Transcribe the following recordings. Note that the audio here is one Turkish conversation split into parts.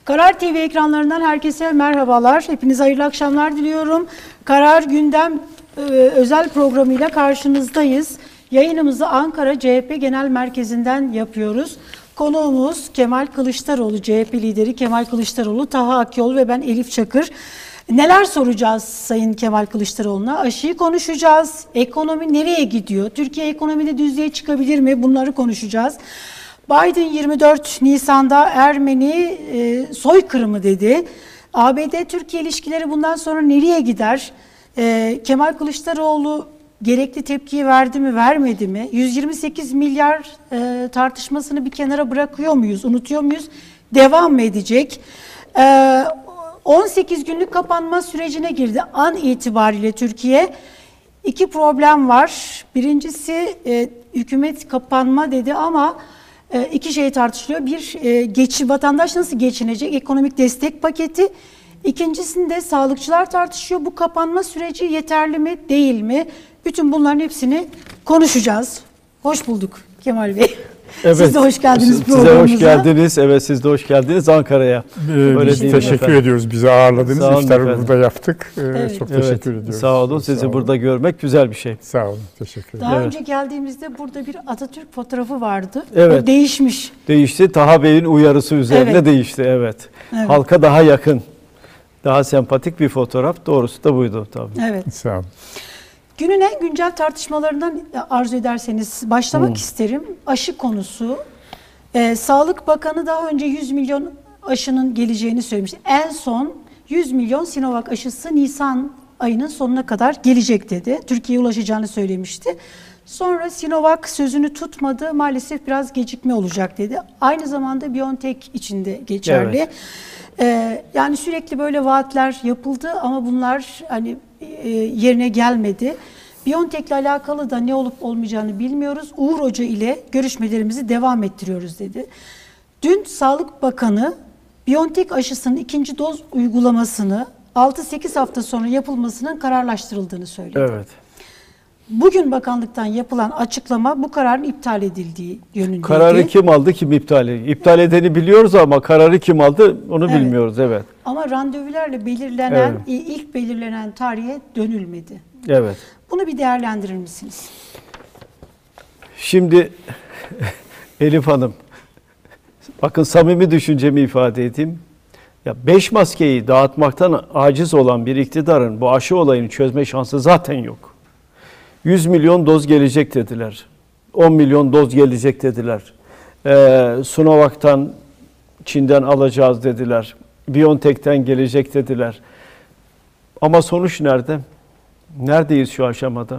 Karar TV ekranlarından herkese merhabalar. Hepinize hayırlı akşamlar diliyorum. Karar Gündem özel programıyla karşınızdayız. Yayınımızı Ankara CHP Genel Merkezi'nden yapıyoruz. Konuğumuz Kemal Kılıçdaroğlu, CHP lideri Kemal Kılıçdaroğlu, Taha Akyol ve ben Elif Çakır. Neler soracağız Sayın Kemal Kılıçdaroğlu'na? Aşıyı konuşacağız. Ekonomi nereye gidiyor? Türkiye ekonomide düzlüğe çıkabilir mi? Bunları konuşacağız. Biden 24 Nisan'da Ermeni soykırımı dedi. ABD-Türkiye ilişkileri bundan sonra nereye gider? Kemal Kılıçdaroğlu gerekli tepkiyi verdi mi, vermedi mi? 128 milyar tartışmasını bir kenara bırakıyor muyuz, unutuyor muyuz? Devam mı edecek? 18 günlük kapanma sürecine girdi an itibariyle Türkiye. İki problem var. Birincisi hükümet kapanma dedi ama iki şey tartışılıyor. Bir, vatandaş nasıl geçinecek? Ekonomik destek paketi. İkincisinde sağlıkçılar tartışıyor. Bu kapanma süreci yeterli mi, değil mi? Bütün bunların hepsini konuşacağız. Hoş bulduk Kemal Bey. Evet, siz de hoş geldiniz programımıza. Size hoş geldiniz. Evet, siz de hoş geldiniz Ankara'ya. Biz teşekkür ediyoruz. Bizi ağırladınız. İftarı burada yaptık. Evet. Çok teşekkür ediyoruz. Sağ olun. Sizi burada görmek güzel bir şey. Sağ olun. Teşekkür ederim. Daha önce geldiğimizde burada bir Atatürk fotoğrafı vardı. Evet. O değişmiş. Değişti. Taha Bey'in uyarısı üzerine değişti. Evet. Halka daha yakın, daha sempatik bir fotoğraf. Doğrusu da buydu tabii. Evet. Sağ olun. Günün en güncel tartışmalarından arzu ederseniz başlamak isterim. Aşı konusu. Sağlık Bakanı daha önce 100 milyon aşının geleceğini söylemişti. En son 100 milyon Sinovac aşısı Nisan ayının sonuna kadar gelecek dedi. Türkiye'ye ulaşacağını söylemişti. Sonra Sinovac sözünü tutmadı. Maalesef biraz gecikme olacak dedi. Aynı zamanda BioNTech için de geçerli. Evet. Yani sürekli böyle vaatler yapıldı ama bunlar hani yerine gelmedi. BioNTech ile alakalı da ne olup olmayacağını bilmiyoruz. Uğur Hoca ile görüşmelerimizi devam ettiriyoruz dedi. Dün Sağlık Bakanı BioNTech aşısının ikinci doz uygulamasını 6-8 hafta sonra yapılmasının kararlaştırıldığını söyledi. Evet. Bugün bakanlıktan yapılan açıklama bu kararın iptal edildiği yönündeydi. Kararı kim aldı, kim iptal etti? İptal edeni biliyoruz ama kararı kim aldı onu bilmiyoruz. Evet. Ama randevularla belirlenen, ilk belirlenen tarihe dönülmedi. Evet. Bunu bir değerlendirir misiniz? Şimdi Elif Hanım, bakın samimi düşüncemi ifade edeyim. Ya 5 maskeyi dağıtmaktan aciz olan bir iktidarın bu aşı olayını çözme şansı zaten yok. 100 milyon doz gelecek dediler. 10 milyon doz gelecek dediler. Sinovac'tan, Çin'den alacağız dediler. BioNTech'ten gelecek dediler. Ama sonuç nerede? Neredeyiz şu aşamada?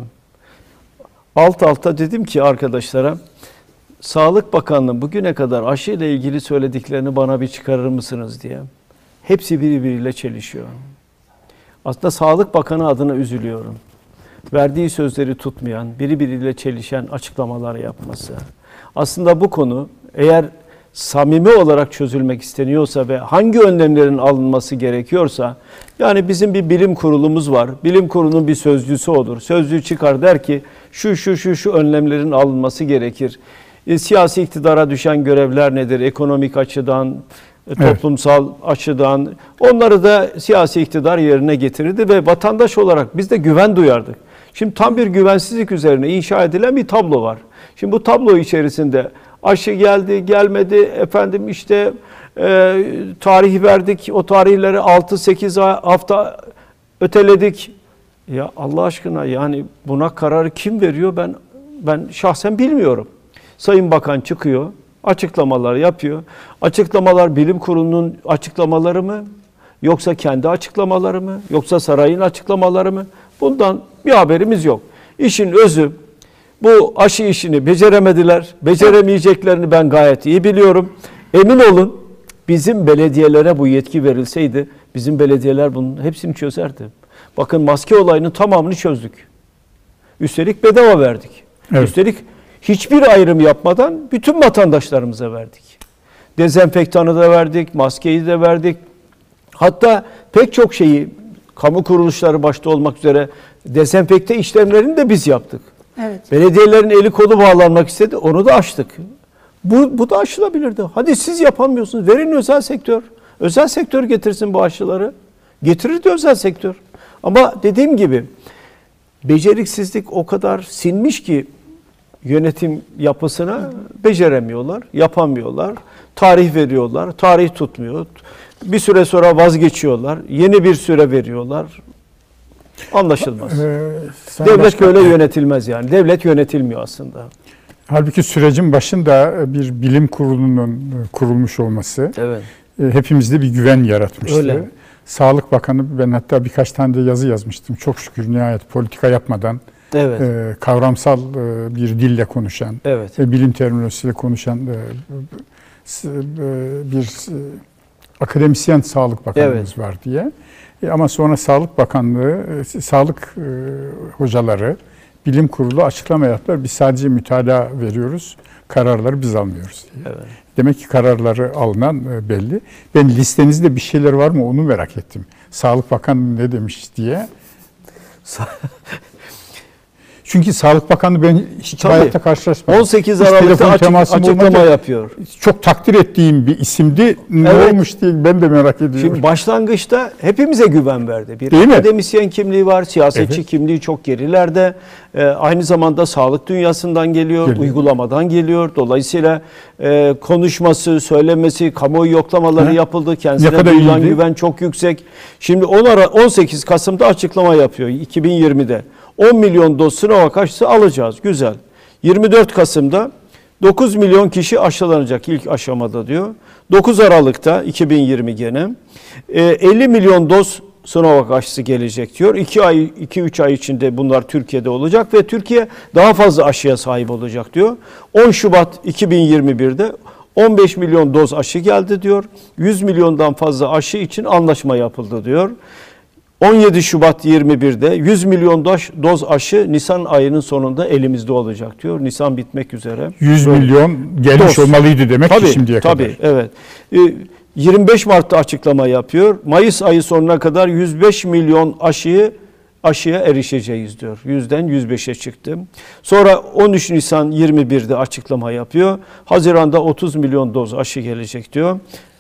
Alt alta dedim ki arkadaşlara, Sağlık Bakanlığı bugüne kadar aşı ile ilgili söylediklerini bana bir çıkarır mısınız diye. Hepsi birbiriyle çelişiyor. Aslında Sağlık Bakanı adına üzülüyorum. Verdiği sözleri tutmayan, birbiriyle çelişen açıklamalar yapması. Aslında bu konu eğer samimi olarak çözülmek isteniyorsa ve hangi önlemlerin alınması gerekiyorsa, yani bizim bir bilim kurulumuz var. Bilim kurulunun bir sözcüsü olur. Sözcü çıkar der ki şu önlemlerin alınması gerekir. Siyasi iktidara düşen görevler nedir? Ekonomik açıdan, toplumsal açıdan onları da siyasi iktidar yerine getirirdi ve vatandaş olarak biz de güven duyardık. Şimdi tam bir güvensizlik üzerine inşa edilen bir tablo var. Şimdi bu tablo içerisinde aşı geldi, gelmedi, efendim işte tarihi verdik, o tarihleri 6-8 hafta öteledik. Ya Allah aşkına yani buna kararı kim veriyor ben şahsen bilmiyorum. Sayın Bakan çıkıyor, açıklamalar yapıyor. Açıklamalar bilim kurulunun açıklamaları mı? Yoksa kendi açıklamaları mı? Yoksa sarayın açıklamaları mı? Bundan bir haberimiz yok. İşin özü bu aşı işini beceremediler. Beceremeyeceklerini ben gayet iyi biliyorum. Emin olun bizim belediyelere bu yetki verilseydi bizim belediyeler bunun hepsini çözerdi. Bakın maske olayının tamamını çözdük. Üstelik bedava verdik. Evet. Üstelik hiçbir ayrım yapmadan bütün vatandaşlarımıza verdik. Dezenfektanı da verdik, maskeyi de verdik. Hatta pek çok şeyi kamu kuruluşları başta olmak üzere dezenfekte işlemlerini de biz yaptık. Evet. Belediyelerin eli kolu bağlanmak istedi, onu da açtık. Bu da aşılabilirdi. Hadi siz yapamıyorsunuz, verin özel sektör. Özel sektör getirsin bu aşıları. Getirir de özel sektör. Ama dediğim gibi beceriksizlik o kadar sinmiş ki yönetim yapısına beceremiyorlar, yapamıyorlar. Tarih veriyorlar, tarih tutmuyor. Bir süre sonra vazgeçiyorlar, yeni bir süre veriyorlar. Anlaşılmaz. Devlet böyle yönetilmez yani. Devlet yönetilmiyor aslında. Halbuki sürecin başında bir bilim kurulunun kurulmuş olması Evet. Hepimizde bir güven yaratmıştı. Öyle. Sağlık Bakanı, ben hatta birkaç tane de yazı yazmıştım. Çok şükür nihayet politika yapmadan Evet. Kavramsal bir dille konuşan, Evet. bilim terminolojisiyle konuşan bir akademisyen Sağlık Bakanımız var diye. Ama sonra Sağlık Bakanlığı, Sağlık hocaları, Bilim Kurulu açıklama yaptılar. Biz sadece mütalaa veriyoruz, kararları biz almıyoruz diye. Evet. Demek ki kararları alınan belli. Ben listenizde bir şeyler var mı onu merak ettim. Sağlık Bakanı ne demiş diye. Çünkü Sağlık Bakanı ben hiç hayatta karşılaşmadım. 18 Aralık'ta açıklama yapıyor. Çok takdir ettiğim bir isimdi. Ne olmuş diye ben de merak ediyorum. Şimdi başlangıçta hepimize güven verdi. Bir Değil akademisyen kimliği var, siyasetçi kimliği çok gerilerde. Aynı zamanda sağlık dünyasından geliyor, uygulamadan geliyor. Dolayısıyla konuşması, söylemesi, kamuoyu yoklamaları yapıldı. Kendisine duyulan güven çok yüksek. Şimdi 18 Kasım'da açıklama yapıyor 2020'de. 10 milyon doz Sinovac aşısı alacağız. Güzel. 24 Kasım'da 9 milyon kişi aşılanacak ilk aşamada diyor. 9 Aralık'ta 2020 gene 50 milyon doz Sinovac aşısı gelecek diyor. 2-3 ay içinde bunlar Türkiye'de olacak ve Türkiye daha fazla aşıya sahip olacak diyor. 10 Şubat 2021'de 15 milyon doz aşı geldi diyor. 100 milyondan fazla aşı için anlaşma yapıldı diyor. 17 Şubat 21'de 100 milyon doz aşı Nisan ayının sonunda elimizde olacak diyor. Nisan bitmek üzere. 100 milyon gelmiş olmalıydı demek ki şimdiye kadar. Tabii, evet. 25 Mart'ta açıklama yapıyor. Mayıs ayı sonuna kadar 105 milyon aşıya erişeceğiz diyor. 100'den 105'e çıktı. Sonra 13 Nisan 21'de açıklama yapıyor. Haziran'da 30 milyon doz aşı gelecek diyor.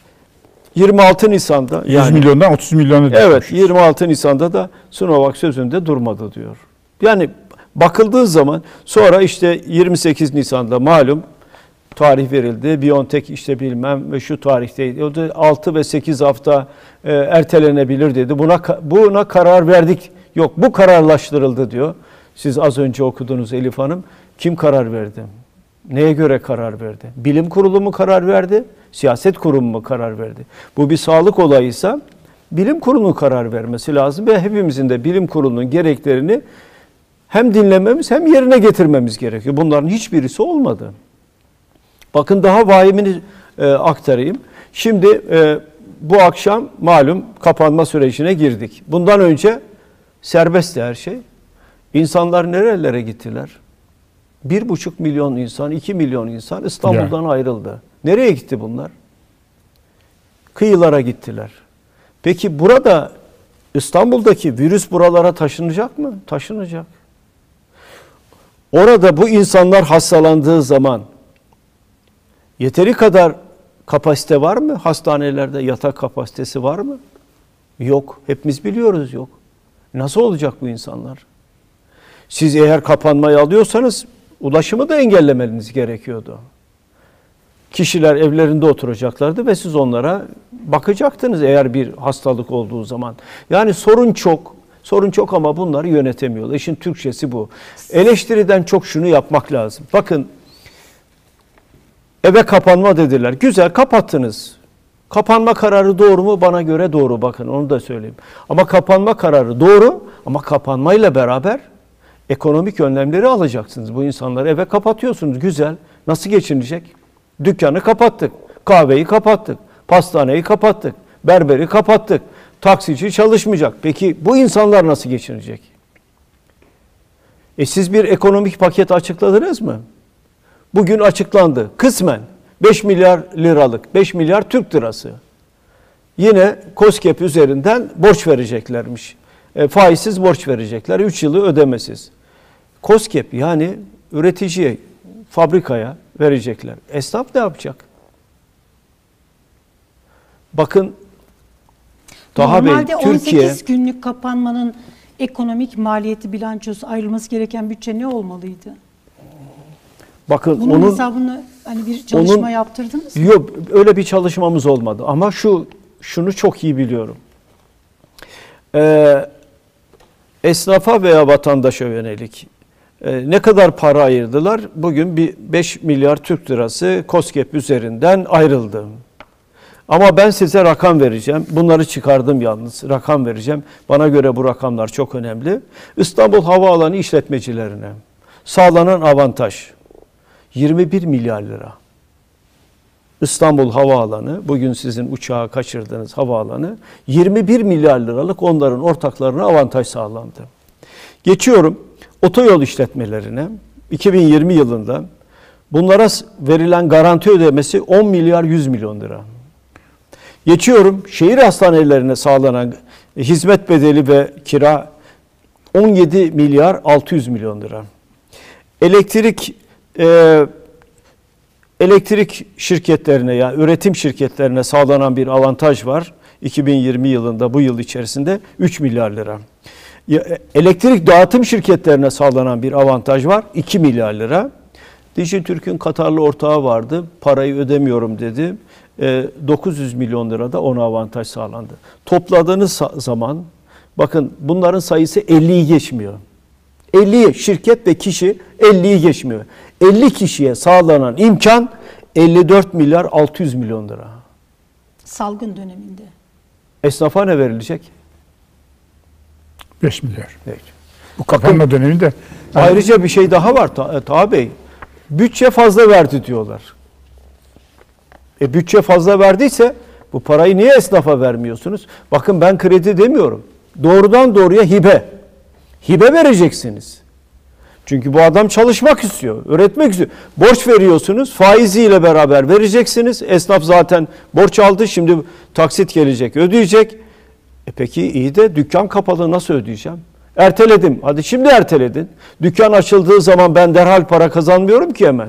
26 Nisan'da 100 milyondan 30 milyona düşmüş. Evet, 26 Nisan'da da Sinovac sözünde durmadı diyor. Yani bakıldığı zaman sonra işte 28 Nisan'da malum tarih verildi. BioNTech işte bilmem ve şu tarihteydi. O da 6 ve 8 hafta ertelenebilir dedi. Buna karar verdik. Yok, bu kararlaştırıldı diyor. Siz az önce okudunuz Elif Hanım. Kim karar verdi? Neye göre karar verdi? Bilim kurulu mu karar verdi? Siyaset kurumu mu karar verdi? Bu bir sağlık olayıysa bilim kurulunun karar vermesi lazım ve hepimizin de bilim kurulunun gereklerini hem dinlememiz hem yerine getirmemiz gerekiyor. Bunların hiçbirisi olmadı. Bakın daha vahimini aktarayım. Şimdi bu akşam malum kapanma sürecine girdik. Bundan önce serbestti her şey. İnsanlar nerelere gittiler? 1,5 milyon insan, 2 milyon insan İstanbul'dan ayrıldı. Nereye gitti bunlar? Kıyılara gittiler. Peki burada İstanbul'daki virüs buralara taşınacak mı? Taşınacak. Orada bu insanlar hastalandığı zaman yeteri kadar kapasite var mı? Hastanelerde yatak kapasitesi var mı? Yok. Hepimiz biliyoruz yok. Nasıl olacak bu insanlar? Siz eğer kapanmayı alıyorsanız ulaşımı da engellemeniz gerekiyordu. Kişiler evlerinde oturacaklardı ve siz onlara bakacaktınız eğer bir hastalık olduğu zaman. Yani sorun çok. Sorun çok ama bunları yönetemiyorlar. İşin Türkçesi bu. Eleştiriden çok şunu yapmak lazım. Bakın eve kapanma dediler. Güzel, kapattınız. Kapanma kararı doğru mu? Bana göre doğru. Bakın onu da söyleyeyim. Ama kapanma kararı doğru ama kapanmayla beraber ekonomik önlemleri alacaksınız. Bu insanları eve kapatıyorsunuz. Güzel. Nasıl geçinecek? Dükkanı kapattık. Kahveyi kapattık. Pastaneyi kapattık. Berberi kapattık. Taksici çalışmayacak. Peki bu insanlar nasıl geçinecek? Siz bir ekonomik paket açıkladınız mı? Bugün açıklandı. Kısmen 5 milyar liralık, 5 milyar Türk lirası. Yine KOSGEB üzerinden borç vereceklermiş. Faizsiz borç verecekler. 3 yılı ödemesiz. KOSGEB yani üreticiye, fabrikaya verecekler. Esnaf ne yapacak? Bakın Taha Bey, Normalde 18 Türkiye günlük kapanmanın ekonomik maliyeti, bilançosu, ayrılması gereken bütçe ne olmalıydı? bakın Bunun onun hesabını hani bir çalışma yaptırdınız mı? yok, öyle bir çalışmamız olmadı ama şunu çok iyi biliyorum. Esnafa veya vatandaşa yönelik ne kadar para ayırdılar? Bugün bir 5 milyar Türk lirası KOSGEB üzerinden ayrıldı. Ama ben size rakam vereceğim. Bunları çıkardım yalnız. Rakam vereceğim. Bana göre bu rakamlar çok önemli. İstanbul Havaalanı işletmecilerine sağlanan avantaj 21 milyar lira. İstanbul Havaalanı, bugün sizin uçağı kaçırdığınız havaalanı, 21 milyar liralık onların ortaklarına avantaj sağlandı. Geçiyorum otoyol işletmelerine. 2020 yılında bunlara verilen garanti ödemesi 10 milyar 100 milyon lira. Geçiyorum şehir hastanelerine sağlanan hizmet bedeli ve kira 17 milyar 600 milyon lira. Elektrik şirketlerine, yani üretim şirketlerine sağlanan bir avantaj var. 2020 yılında, bu yıl içerisinde 3 milyar lira. Elektrik dağıtım şirketlerine sağlanan bir avantaj var. 2 milyar lira. Dijitürk'ün Katarlı ortağı vardı. Parayı ödemiyorum dedi. 900 milyon lira da ona avantaj sağlandı. Topladığınız zaman bakın bunların sayısı 50'yi geçmiyor. 50 şirket ve kişi 50'yi geçmiyor. 50 kişiye sağlanan imkan 54 milyar 600 milyon lira. Salgın döneminde. Esnafa ne verilecek? 5 milyar. Evet. Bu kapanma döneminde. Ayrıca bir şey daha var Taha Bey. Bütçe fazla verdi diyorlar. Bütçe fazla verdiyse bu parayı niye esnafa vermiyorsunuz? Bakın ben kredi demiyorum. Doğrudan doğruya hibe. Hibe vereceksiniz. Çünkü bu adam çalışmak istiyor, üretmek istiyor. Borç veriyorsunuz, faiziyle beraber vereceksiniz. Esnaf zaten borç aldı, şimdi taksit gelecek, ödeyecek. Peki iyi de dükkan kapalı, nasıl ödeyeceğim? Erteledim, hadi şimdi erteledin. Dükkan açıldığı zaman ben derhal para kazanmıyorum ki hemen.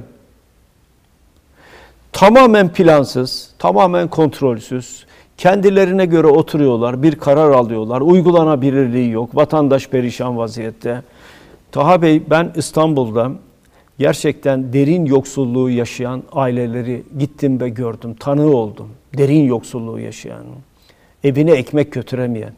Tamamen plansız, tamamen kontrolsüz, kendilerine göre oturuyorlar, bir karar alıyorlar, uygulanabilirliği yok, vatandaş perişan vaziyette. Taha Bey, ben İstanbul'da gerçekten derin yoksulluğu yaşayan aileleri gittim ve gördüm, tanığı oldum. Derin yoksulluğu yaşayan, evine ekmek götüremeyen.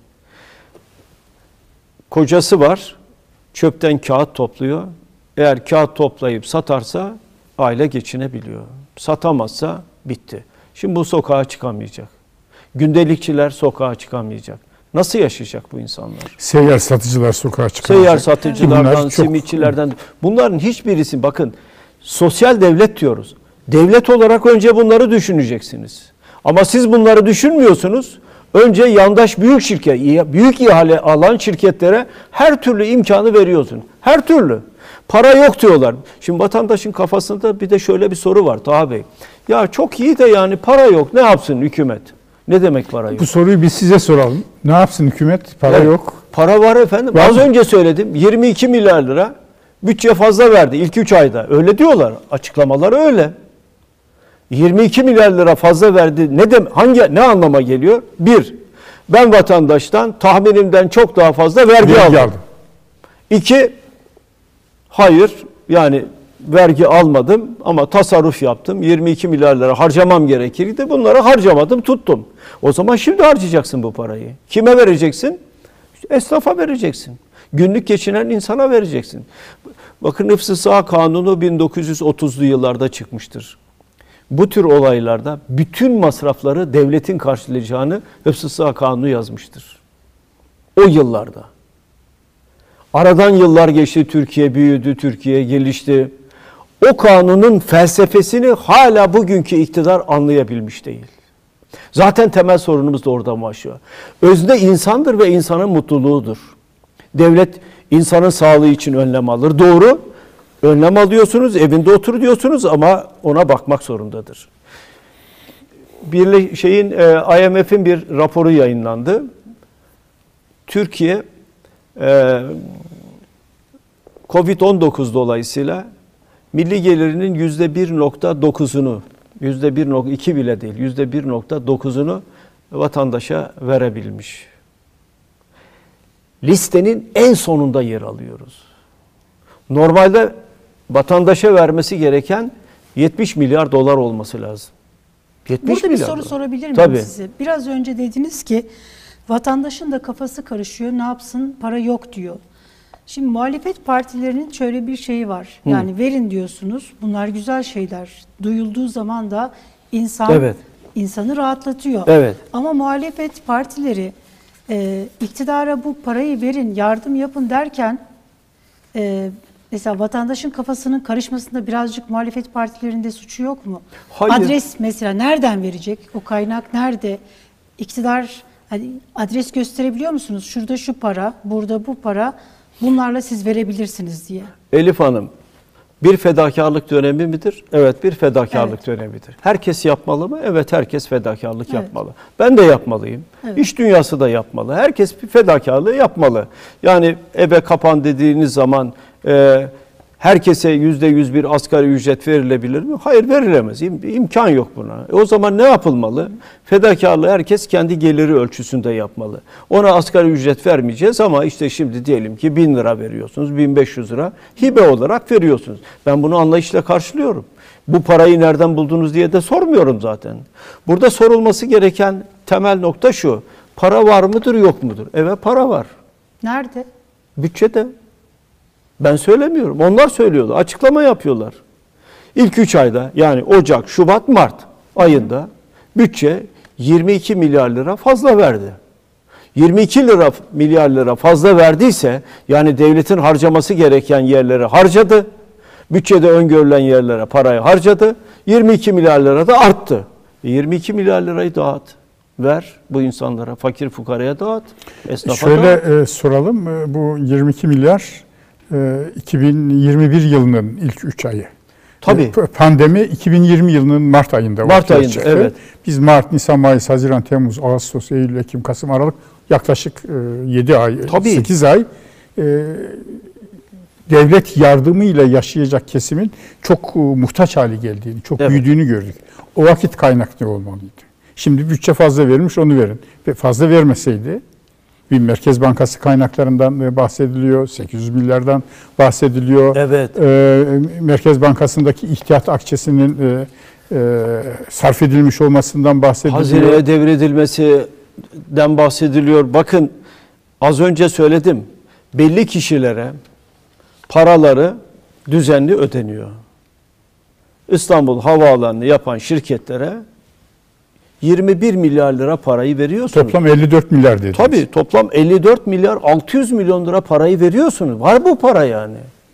Kocası var, çöpten kağıt topluyor. Eğer kağıt toplayıp satarsa aile geçinebiliyor. Satamazsa bitti. Şimdi bu sokağa çıkamayacak. Gündelikçiler sokağa çıkamayacak. Nasıl yaşayacak bu insanlar? Seyyar satıcılar sokağa çıkamayacak. Seyyar satıcılardan, simitçilerden, bunların hiçbirisi, bakın sosyal devlet diyoruz. Devlet olarak önce bunları düşüneceksiniz. Ama siz bunları düşünmüyorsunuz. Önce yandaş büyük şirket, büyük ihale alan şirketlere her türlü imkanı veriyorsun. Her türlü. Para yok diyorlar. Şimdi vatandaşın kafasında bir de şöyle bir soru var Taha Bey. Ya çok iyi de yani para yok. Ne yapsın hükümet? Ne demek para yok? Bu soruyu biz size soralım. Ne yapsın hükümet? Para yok. Para var efendim. Var Az mı? önce söyledim. 22 milyar lira bütçe fazla verdi ilk 3 ayda. Öyle diyorlar. Açıklamaları öyle. 22 milyar lira fazla verdi. Ne anlama geliyor? Bir, ben vatandaştan tahminimden çok daha fazla vergi aldım. 2, hayır yani vergi almadım ama tasarruf yaptım. 22 milyar lira harcamam gerekirdi. Bunları harcamadım, tuttum. O zaman şimdi harcayacaksın bu parayı. Kime vereceksin? Esnafa vereceksin. Günlük geçinen insana vereceksin. Bakın Hıfzı Sıha Kanunu 1930'lu yıllarda çıkmıştır. Bu tür olaylarda bütün masrafları devletin karşılayacağını Hıfzı Sıha Kanunu yazmıştır. O yıllarda. Aradan yıllar geçti, Türkiye büyüdü, Türkiye gelişti. O kanunun felsefesini hala bugünkü iktidar anlayabilmiş değil. Zaten temel sorunumuz da oradan başlıyor. Özde insandır ve insanın mutluluğudur. Devlet insanın sağlığı için önlem alır. Doğru. Önlem alıyorsunuz, evinde otur diyorsunuz ama ona bakmak zorundadır. IMF'in bir raporu yayınlandı. Türkiye Covid-19 dolayısıyla milli gelirinin %1.9'unu, %1.2 bile değil, %1.9'unu vatandaşa verebilmiş. Listenin en sonunda yer alıyoruz. Normalde vatandaşa vermesi gereken 70 milyar dolar olması lazım. 70 Burada bir milyar soru dolar. sorabilir miyim Tabii. size? Biraz önce dediniz ki vatandaşın da kafası karışıyor, ne yapsın, para yok diyor. Şimdi muhalefet partilerinin şöyle bir şeyi var. Yani verin diyorsunuz, bunlar güzel şeyler. Duyulduğu zaman da insanı rahatlatıyor. Evet. Ama muhalefet partileri iktidara bu parayı verin, yardım yapın derken mesela vatandaşın kafasının karışmasında birazcık muhalefet partilerinde suçu yok mu? Hayır. Adres mesela nereden verecek? O kaynak nerede? İktidar hani adres gösterebiliyor musunuz? Şurada şu para, burada bu para. Bunlarla siz verebilirsiniz diye. Elif Hanım, bir fedakarlık dönemi midir? Evet, bir fedakarlık dönemidir. Herkes yapmalı mı? Evet, herkes fedakarlık yapmalı. Ben de yapmalıyım. İş dünyası da yapmalı. Herkes bir fedakarlığı yapmalı. Yani eve kapan dediğiniz zaman herkese %100 bir asgari ücret verilebilir mi? Hayır, verilemez. İmkan yok buna. O zaman ne yapılmalı? Fedakarlığı herkes kendi geliri ölçüsünde yapmalı. Ona asgari ücret vermeyeceğiz ama işte şimdi diyelim ki 1000 lira veriyorsunuz, 1500 lira hibe olarak veriyorsunuz. Ben bunu anlayışla karşılıyorum. Bu parayı nereden buldunuz diye de sormuyorum zaten. Burada sorulması gereken temel nokta şu. Para var mıdır, yok mudur? Evet, para var. Nerede? Bütçede. Ben söylemiyorum. Onlar söylüyorlar. Açıklama yapıyorlar. İlk 3 ayda yani Ocak, Şubat, Mart ayında bütçe 22 milyar lira fazla verdi. 22 milyar lira fazla verdiyse yani devletin harcaması gereken yerlere harcadı. Bütçede öngörülen yerlere parayı harcadı. 22 milyar lira da arttı. 22 milyar lirayı dağıt. Ver bu insanlara, fakir fukaraya dağıt. Esnafa dağıt. Soralım. Bu 22 milyar 2021 yılının ilk 3 ayı. Tabii. Pandemi 2020 yılının Mart ayında ortaya çıktı. Evet. Biz Mart, Nisan, Mayıs, Haziran, Temmuz, Ağustos, Eylül, Ekim, Kasım, Aralık yaklaşık 7 ay, Tabii. 8 ay devlet yardımıyla yaşayacak kesimin çok muhtaç hale geldiğini, çok büyüdüğünü gördük. O vakit kaynak ne olmalıydı? Şimdi bütçe fazla verilmiş, onu verin. Ve fazla vermeseydi, bir Merkez Bankası kaynaklarından bahsediliyor, 800 milyardan bahsediliyor. Evet. Merkez Bankası'ndaki ihtiyat akçesinin sarf edilmiş olmasından bahsediliyor. Hazineye devredilmesinden bahsediliyor. Bakın az önce söyledim. Belli kişilere paraları düzenli ödeniyor. İstanbul Havaalanı'nı yapan şirketlere 21 milyar lira parayı veriyorsunuz. Toplam 54 milyar dediniz. Tabii toplam 54 milyar 600 milyon lira parayı veriyorsunuz. Var bu para yani.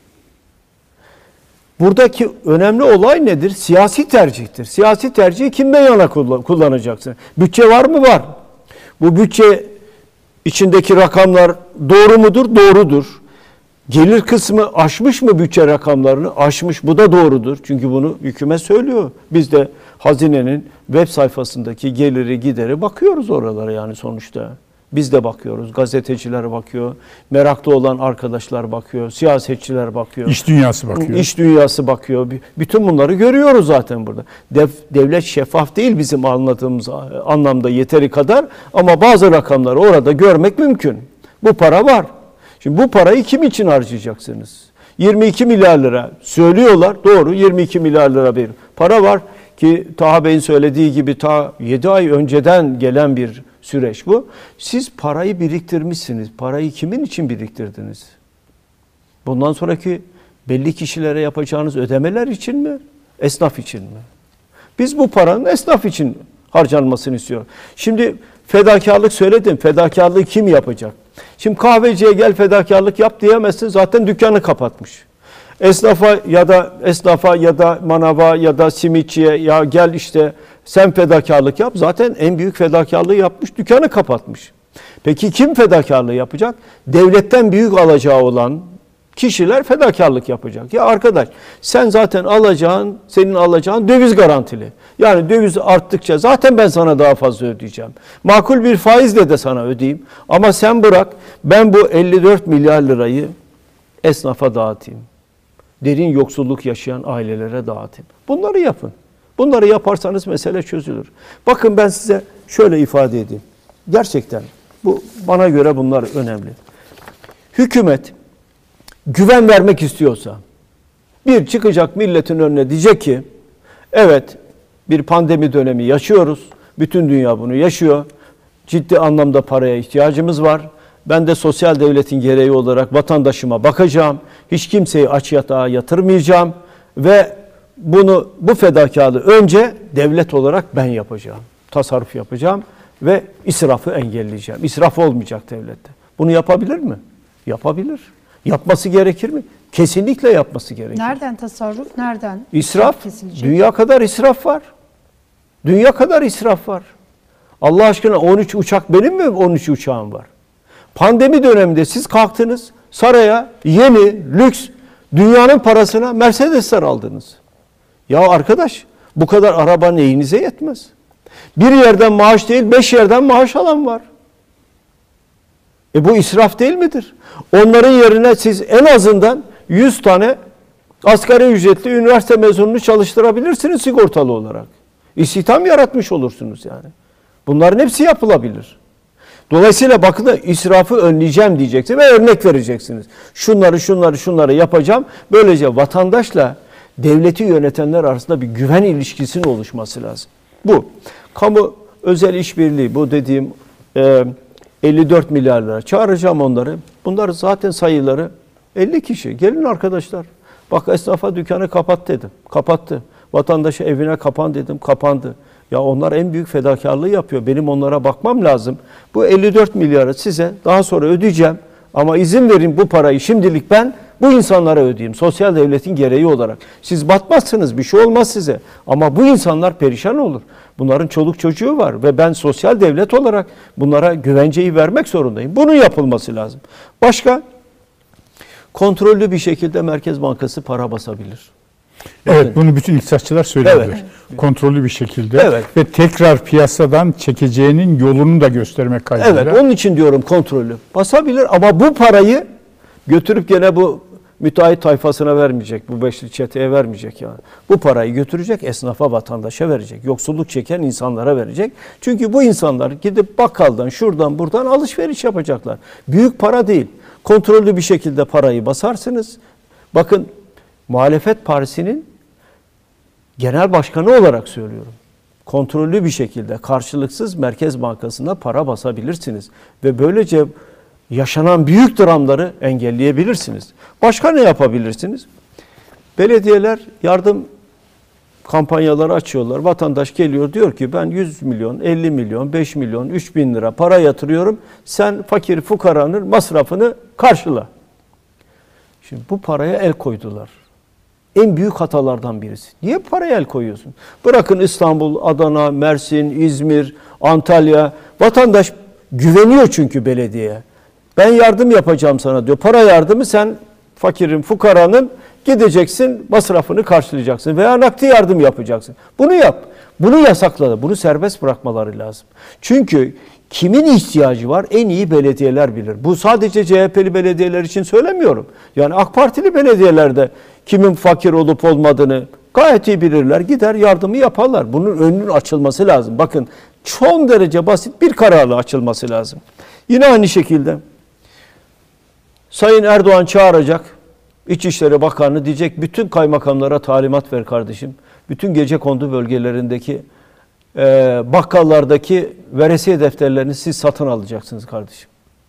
Buradaki önemli olay nedir? Siyasi tercihtir. Siyasi tercihi kimden yana kullanacaksın? Bütçe var mı? Var. Bu bütçe içindeki rakamlar doğru mudur? Doğrudur. Gelir kısmı aşmış mı bütçe rakamlarını? Aşmış. Bu da doğrudur. Çünkü bunu hükümet söylüyor. Biz de hazinenin web sayfasındaki geliri gideri bakıyoruz oralara yani sonuçta. Biz de bakıyoruz. Gazeteciler bakıyor. Meraklı olan arkadaşlar bakıyor. Siyasetçiler bakıyor. İş dünyası bakıyor. İş dünyası bakıyor. Bütün bunları görüyoruz zaten burada. Devlet şeffaf değil bizim anladığımız anlamda yeteri kadar. Ama bazı rakamları orada görmek mümkün. Bu para var. Şimdi bu parayı kim için harcayacaksınız? 22 milyar lira söylüyorlar. Doğru 22 milyar lira bir para var ki Taha Bey'in söylediği gibi ta 7 ay önceden gelen bir süreç bu. Siz parayı biriktirmişsiniz. Parayı kimin için biriktirdiniz? Bundan sonraki belli kişilere yapacağınız ödemeler için mi? Esnaf için mi? Biz bu paranın esnaf için harcanmasını istiyoruz. Şimdi fedakarlık söyledim. Fedakarlığı kim yapacak? Şimdi kahveciye gel fedakarlık yap diyemezsin. Zaten dükkanı kapatmış. Esnafa ya da manava ya da simitçiye ya gel işte sen fedakarlık yap. Zaten en büyük fedakarlığı yapmış. Dükkanı kapatmış. Peki kim fedakarlığı yapacak? Devletten büyük alacağı olan kişiler fedakarlık yapacak. Ya arkadaş sen zaten senin alacağın döviz garantili. Yani döviz arttıkça zaten ben sana daha fazla ödeyeceğim. Makul bir faizle de sana ödeyeyim. Ama sen bırak ben bu 54 milyar lirayı esnafa dağıtayım. Derin yoksulluk yaşayan ailelere dağıtayım. Bunları yapın. Bunları yaparsanız mesele çözülür. Bakın ben size şöyle ifade edeyim. Gerçekten bu bana göre bunlar önemli. Hükümet güven vermek istiyorsa bir çıkacak milletin önüne diyecek ki evet bir pandemi dönemi yaşıyoruz. Bütün dünya bunu yaşıyor. Ciddi anlamda paraya ihtiyacımız var. Ben de sosyal devletin gereği olarak vatandaşıma bakacağım. Hiç kimseyi aç yatağa yatırmayacağım ve bu fedakarlığı önce devlet olarak ben yapacağım. Tasarruf yapacağım ve israfı engelleyeceğim. İsraf olmayacak devlette. Bunu yapabilir mi? Yapabilir. Yapması gerekir mi? Kesinlikle yapması gerekir. Nereden tasarruf? Nereden? İsraf. Kesilecek? Dünya kadar israf var. Dünya kadar israf var. Allah aşkına 13 uçak benim mi 13 uçağım var? Pandemi döneminde siz kalktınız saraya yeni, lüks, dünyanın parasına Mercedesler aldınız. Ya arkadaş bu kadar araba neyinize yetmez? Bir yerden maaş değil 5 yerden maaş alan var. Bu israf değil midir? Onların yerine siz en azından 100 tane asgari ücretli üniversite mezununu çalıştırabilirsiniz sigortalı olarak. İstihdam yaratmış olursunuz yani. Bunların hepsi yapılabilir. Dolayısıyla bakın da israfı önleyeceğim diyeceksiniz ve örnek vereceksiniz. Şunları yapacağım. Böylece vatandaşla devleti yönetenler arasında bir güven ilişkisinin oluşması lazım. Bu. Kamu özel işbirliği bu dediğim 54 milyar lira. Çağıracağım onları. Bunlar zaten sayıları 50 kişi. Gelin arkadaşlar. Bak esnafa dükkanı kapat dedim. Kapattı. Vatandaşa evine kapan dedim. Kapandı. Ya onlar en büyük fedakarlığı yapıyor. Benim onlara bakmam lazım. Bu 54 milyarı size daha sonra ödeyeceğim. Ama izin verin bu parayı şimdilik ben bu insanlara ödeyeyim. Sosyal devletin gereği olarak. Siz batmazsınız, bir şey olmaz size. Ama bu insanlar perişan olur. Bunların çoluk çocuğu var ve ben sosyal devlet olarak bunlara güvenceyi vermek zorundayım. Bunun yapılması lazım. Başka? Kontrollü bir şekilde Merkez Bankası para basabilir. Evet, bunu bütün iktisatçılar söylüyorlar. Evet. Kontrollü bir şekilde Evet. ve tekrar piyasadan çekeceğinin yolunu da göstermek kaydıyla. Evet, onun için diyorum kontrollü. Basabilir ama bu parayı götürüp gene bu müteahhit tayfasına vermeyecek. Bu beşli çeteye vermeyecek yani. Bu parayı götürecek, esnafa, vatandaşa verecek. Yoksulluk çeken insanlara verecek. Çünkü bu insanlar gidip bakkaldan, şuradan, buradan alışveriş yapacaklar. Büyük para değil. Kontrollü bir şekilde parayı basarsınız. Bakın, muhalefet partisinin genel başkanı olarak söylüyorum. Kontrollü bir şekilde karşılıksız Merkez Bankası'na para basabilirsiniz. Ve böylece yaşanan büyük dramları engelleyebilirsiniz. Başka ne yapabilirsiniz? Belediyeler yardım kampanyaları açıyorlar. Vatandaş geliyor diyor ki ben 100 milyon, 50 milyon, 5 milyon, 3 bin lira para yatırıyorum. Sen fakir fukaranın masrafını karşıla. Şimdi bu paraya el koydular. En büyük hatalardan birisi. Niye paraya el koyuyorsun? Bırakın İstanbul, Adana, Mersin, İzmir, Antalya. Vatandaş güveniyor çünkü belediyeye. Ben yardım yapacağım sana diyor. Para yardımı sen fakirin, fukaranın gideceksin, masrafını karşılayacaksın veya nakdi yardım yapacaksın. Bunu yap. Bunu yasakladı. Bunu serbest bırakmaları lazım. Çünkü kimin ihtiyacı var? En iyi belediyeler bilir. Bu sadece CHP'li belediyeler için söylemiyorum. Yani AK Partili belediyelerde kimin fakir olup olmadığını gayet iyi bilirler. Gider yardımı yaparlar. Bunun önünün açılması lazım. Bakın son derece basit bir kararla açılması lazım. Yine aynı şekilde Sayın Erdoğan çağıracak. İçişleri Bakanı diyecek bütün kaymakamlara talimat ver kardeşim. Bütün gecekondu bölgelerindeki bakkallardaki veresiye defterlerini siz satın alacaksınız kardeşim.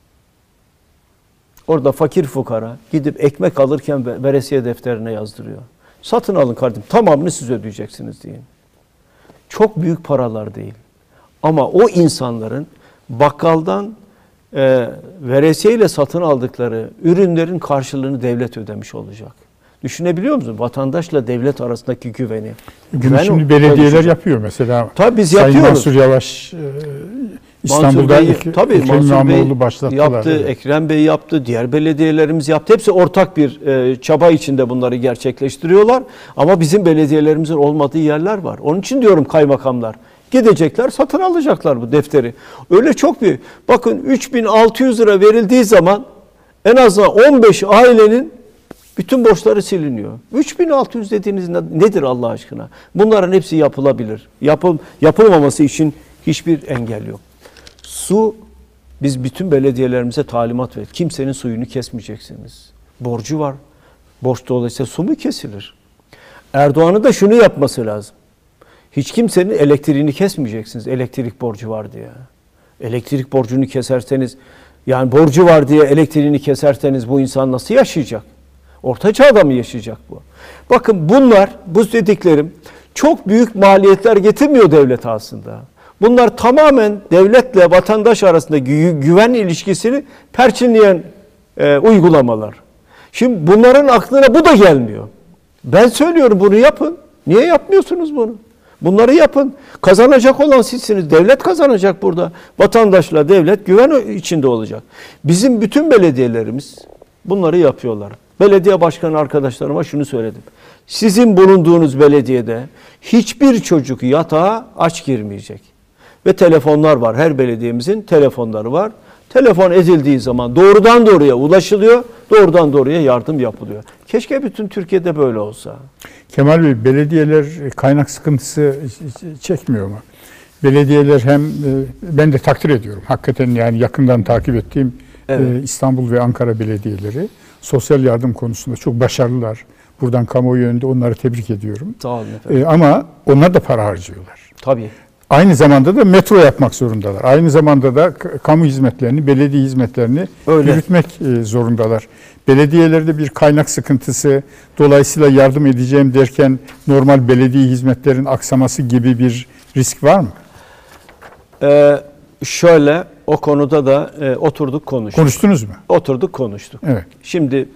Orada fakir fukara gidip ekmek alırken veresiye defterine yazdırıyor. Satın alın kardeşim, tamamını siz ödeyeceksiniz deyin. Çok büyük paralar değil. Ama o insanların bakkaldan veresiyeyle satın aldıkları ürünlerin karşılığını devlet ödemiş olacak. Düşünebiliyor musun? Vatandaşla devlet arasındaki güveni. Bunu şimdi belediyeler yapıyor mesela. Tabii biz Sayın yapıyoruz. Mansur Yavaş İstanbul'da Ekrem İmamoğlu başlattılar. Yaptı, evet. Ekrem Bey yaptı, diğer belediyelerimiz yaptı. Hepsi ortak bir çaba içinde bunları gerçekleştiriyorlar. Ama bizim belediyelerimizin olmadığı yerler var. Onun için diyorum kaymakamlar. Gidecekler, satın alacaklar bu defteri. Öyle çok büyük. Bakın 3.600 lira verildiği zaman en azından 15 ailenin Bütün borçları siliniyor. 3600 dediğiniz nedir Allah aşkına? Bunların hepsi yapılabilir. Yapılmaması için hiçbir engel yok. Su, biz bütün belediyelerimize talimat verdik. Kimsenin suyunu kesmeyeceksiniz. Borcu var. Borç dolayısıyla su mu kesilir? Erdoğan'ın da şunu yapması lazım. Hiç kimsenin elektriğini kesmeyeceksiniz. Elektrik borcu var diye. Elektrik borcunu keserseniz, yani borcu var diye elektriğini keserseniz bu insan nasıl yaşayacak? Orta çağda mı yaşayacak bu? Bakın bunlar, bu dediklerim çok büyük maliyetler getirmiyor devlet aslında. Bunlar tamamen devletle vatandaş arasında güven ilişkisini perçinleyen uygulamalar. Şimdi bunların aklına bu da gelmiyor. Ben söylüyorum, bunu yapın. Niye yapmıyorsunuz bunu? Bunları yapın. Kazanacak olan sizsiniz. Devlet kazanacak burada. Vatandaşla devlet güven içinde olacak. Bizim bütün belediyelerimiz bunları yapıyorlar. Belediye başkanı arkadaşlarıma şunu söyledim. Sizin bulunduğunuz belediyede hiçbir çocuk yatağa aç girmeyecek. Ve telefonlar var. Her belediyemizin telefonları var. Telefon edildiği zaman doğrudan doğruya ulaşılıyor, doğrudan doğruya yardım yapılıyor. Keşke bütün Türkiye'de böyle olsa. Kemal Bey, belediyeler kaynak sıkıntısı çekmiyor mu? Belediyeler hem, ben de takdir ediyorum. Hakikaten yani yakından takip ettiğim İstanbul ve Ankara belediyeleri sosyal yardım konusunda çok başarılılar. Buradan kamuoyu önünde onları tebrik ediyorum. Sağ olun efendim. Ama onlar da para harcıyorlar. Tabii. Aynı zamanda da metro yapmak zorundalar. Aynı zamanda da kamu hizmetlerini, belediye hizmetlerini yürütmek zorundalar. Belediyelerde bir kaynak sıkıntısı, dolayısıyla yardım edeceğim derken normal belediye hizmetlerin aksaması gibi bir risk var mı? Şöyle, o konuda da oturduk konuştuk. Konuştunuz mu? Oturduk konuştuk. Evet. Şimdi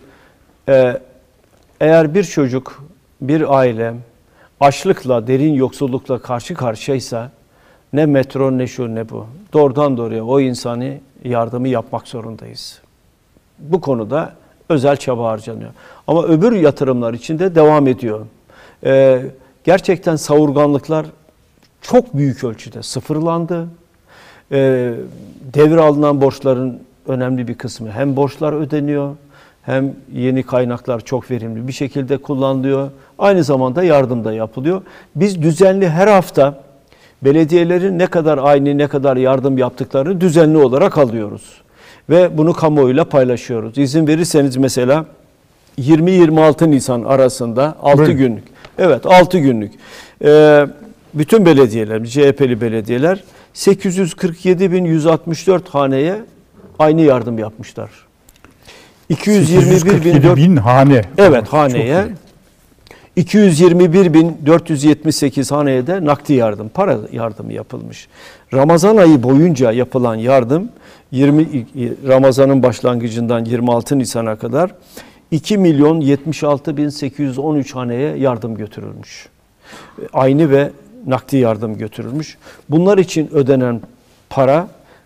eğer bir çocuk, bir aile açlıkla, derin yoksullukla karşı karşıyaysa ne metro ne şu ne bu. Doğrudan doğruya o insanı yardımı yapmak zorundayız. Bu konuda özel çaba harcanıyor. Ama öbür yatırımlar için de devam ediyor. Gerçekten savurganlıklar çok büyük ölçüde sıfırlandı. Devralınan borçların önemli bir kısmı hem borçlar ödeniyor, hem yeni kaynaklar çok verimli bir şekilde kullanılıyor. Aynı zamanda yardım da yapılıyor. Biz düzenli her hafta belediyelerin ne kadar aynı, ne kadar yardım yaptıklarını düzenli olarak alıyoruz. Ve bunu kamuoyuyla paylaşıyoruz. İzin verirseniz mesela 20-26 Nisan arasında 6 günlük. Evet, 6 günlük. Bütün belediyeler, CHP'li belediyeler 847.164 haneye aynı yardım yapmışlar. 221.000 hane. Evet, haneye. 221.478 haneye de nakdi yardım, para yardımı yapılmış. Ramazan ayı boyunca yapılan yardım Ramazan'ın başlangıcından 26 Nisan'a kadar 2.076.813 haneye yardım götürülmüş. Aynı ve nakdi yardım götürülmüş. Bunlar için ödenen para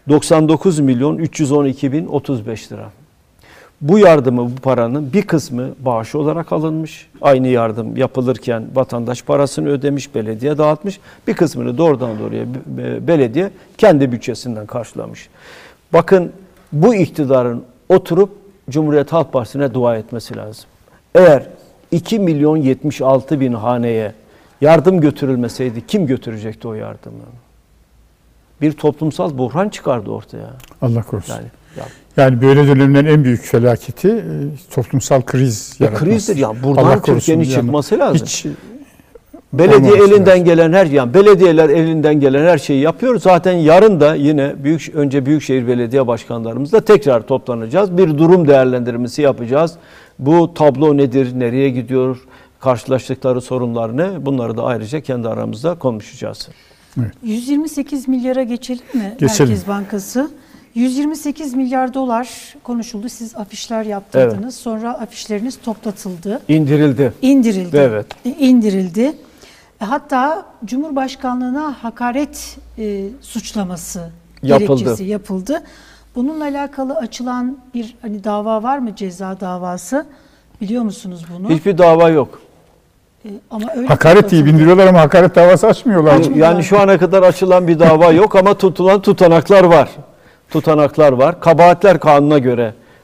99.312.035 lira. Bu yardımı, bu paranın bir kısmı bağış olarak alınmış. Aynı yardım yapılırken vatandaş parasını ödemiş, belediye dağıtmış. Bir kısmını doğrudan doğruya belediye kendi bütçesinden karşılamış. Bakın, bu iktidarın oturup Cumhuriyet Halk Partisi'ne dua etmesi lazım. Eğer 2.076.000 haneye yardım götürülmeseydi kim götürecekti o yardımı? Bir toplumsal buhran çıkardı ortaya. Allah korusun. Yani böyle dönemlerin en büyük felaketi toplumsal kriz yaratması. Krizdir ya. Buradan Türkiye'nin çıkması lazım. Hiç belediye elinden gelen belediyeler elinden gelen her şeyi yapıyor. Zaten yarın da yine önce Büyükşehir Belediye Başkanlarımızla tekrar toplanacağız. Bir durum değerlendirmesi yapacağız. Bu tablo nedir, nereye gidiyor, karşılaştıkları sorunlar ne? Bunları da ayrıca kendi aramızda konuşacağız. Evet. 128 milyara geçelim mi? Geçelim. Merkez Bankası. 128 milyar dolar konuşuldu. Siz afişler yaptırdınız. Evet. Sonra afişleriniz toplatıldı. İndirildi. Evet. İndirildi. Hatta Cumhurbaşkanlığına hakaret suçlaması gerekçesi yapıldı. Bununla alakalı açılan bir dava var mı, ceza davası? Biliyor musunuz bunu? Hiçbir dava yok. Ama öyle hakaret diye bindiriyorlar ama hakaret davası açmıyorlar. Yani şu ana kadar açılan bir dava yok ama tutulan tutanaklar var. Kabahatler Kanunu'na göre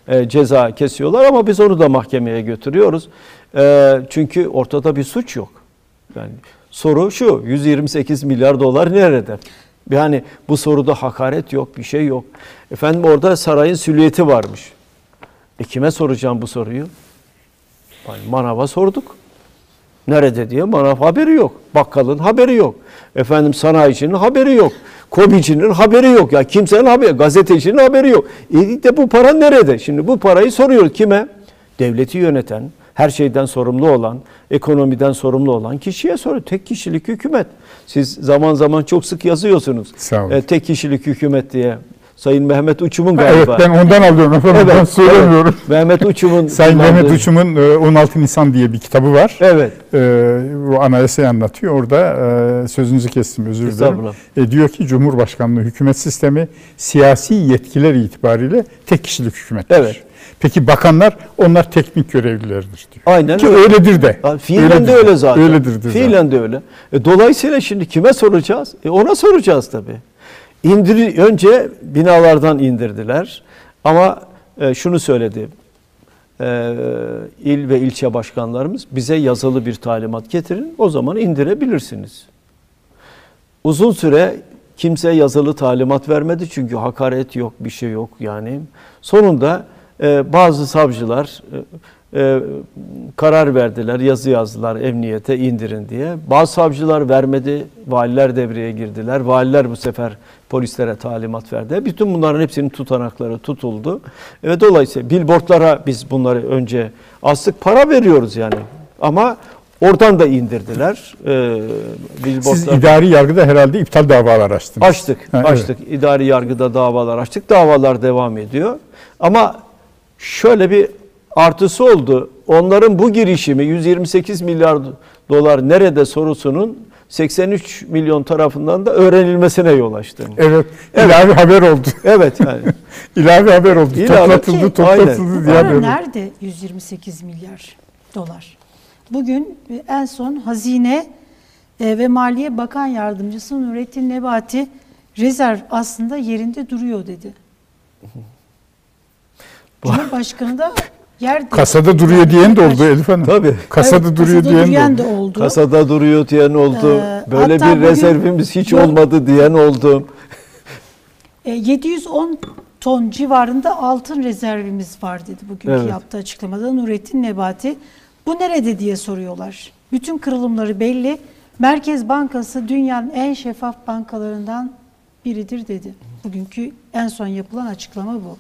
ceza kesiyorlar ama biz onu da mahkemeye götürüyoruz. Çünkü ortada bir suç yok. Yani soru şu, 128 milyar dolar nerede? Yani bu soruda hakaret yok, bir şey yok. Efendim orada sarayın süliyeti varmış. Kime soracağım bu soruyu? Manav'a sorduk. Nerede diye manav haberi yok. Bakkalın haberi yok. Efendim sanayicinin haberi yok. Komicinin haberi yok. Ya kimsenin haberi, gazetecinin haberi yok. De bu para nerede? Şimdi bu parayı soruyoruz kime? Devleti yöneten, her şeyden sorumlu olan, ekonomiden sorumlu olan kişiye soruyor. Tek kişilik hükümet. Siz zaman zaman çok sık yazıyorsunuz. Sağ olun. Tek kişilik hükümet diye. Sayın Mehmet Uçum'un galiba. Evet, ben ondan alıyorum efendim. Evet, ben söylemiyorum. Evet. Mehmet Uçum'un Sayın Mehmet Uçum'un 16 Nisan diye bir kitabı var. Evet. Bu anayasayı anlatıyor. Orada sözünüzü kestim, özür dilerim. Diyor ki Cumhurbaşkanlığı hükümet sistemi siyasi yetkiler itibariyle tek kişilik hükümettir. Evet. Peki bakanlar onlar teknik görevlileridir diyor. Aynen ki öyle. Öyledir de. Fiilen de öyle zaten. Öyledir de zaten. Fiilen de öyle. Dolayısıyla şimdi kime soracağız? Ona soracağız tabii. Önce binalardan indirdiler ama şunu söyledi il ve ilçe başkanlarımız, bize yazılı bir talimat getirin, o zaman indirebilirsiniz. Uzun süre kimse yazılı talimat vermedi çünkü hakaret yok, bir şey yok yani. Sonunda bazı savcılar karar verdiler, yazı yazdılar emniyete indirin diye. Bazı savcılar vermedi, valiler devreye girdiler. Valiler bu sefer polislere talimat verdi. Bütün bunların hepsinin tutanakları tutuldu. Dolayısıyla billboardlara biz bunları önce astık, para veriyoruz yani. Ama oradan da indirdiler. Siz idari yargıda herhalde iptal davalar açtınız. Açtık. Evet. İdari yargıda davalar açtık. Davalar devam ediyor. Ama şöyle bir artısı oldu. Onların bu girişimi 128 milyar dolar nerede sorusunun 83 milyon tarafından da öğrenilmesine yol açtı. Evet. İlahi haber oldu. Evet yani. İlahi haber oldu. Toplatıldı aynen. diye. Para nerede 128 milyar dolar? Bugün en son Hazine ve Maliye Bakan Yardımcısı Nurettin Nebati rezerv aslında yerinde duruyor dedi. Cumhurbaşkanı da kasada duruyor diyen de oldu Elif Hanım. Tabii. Kasada duruyor diyen de oldu. Kasada duruyor diyen oldu. Böyle bir bugün, rezervimiz hiç olmadı diyen oldu. 710 ton civarında altın rezervimiz var dedi bugünkü yaptığı açıklamada Nurettin Nebati. Bu nerede diye soruyorlar. Bütün kırılımları belli. Merkez Bankası dünyanın en şeffaf bankalarından biridir dedi. Bugünkü en son yapılan açıklama bu.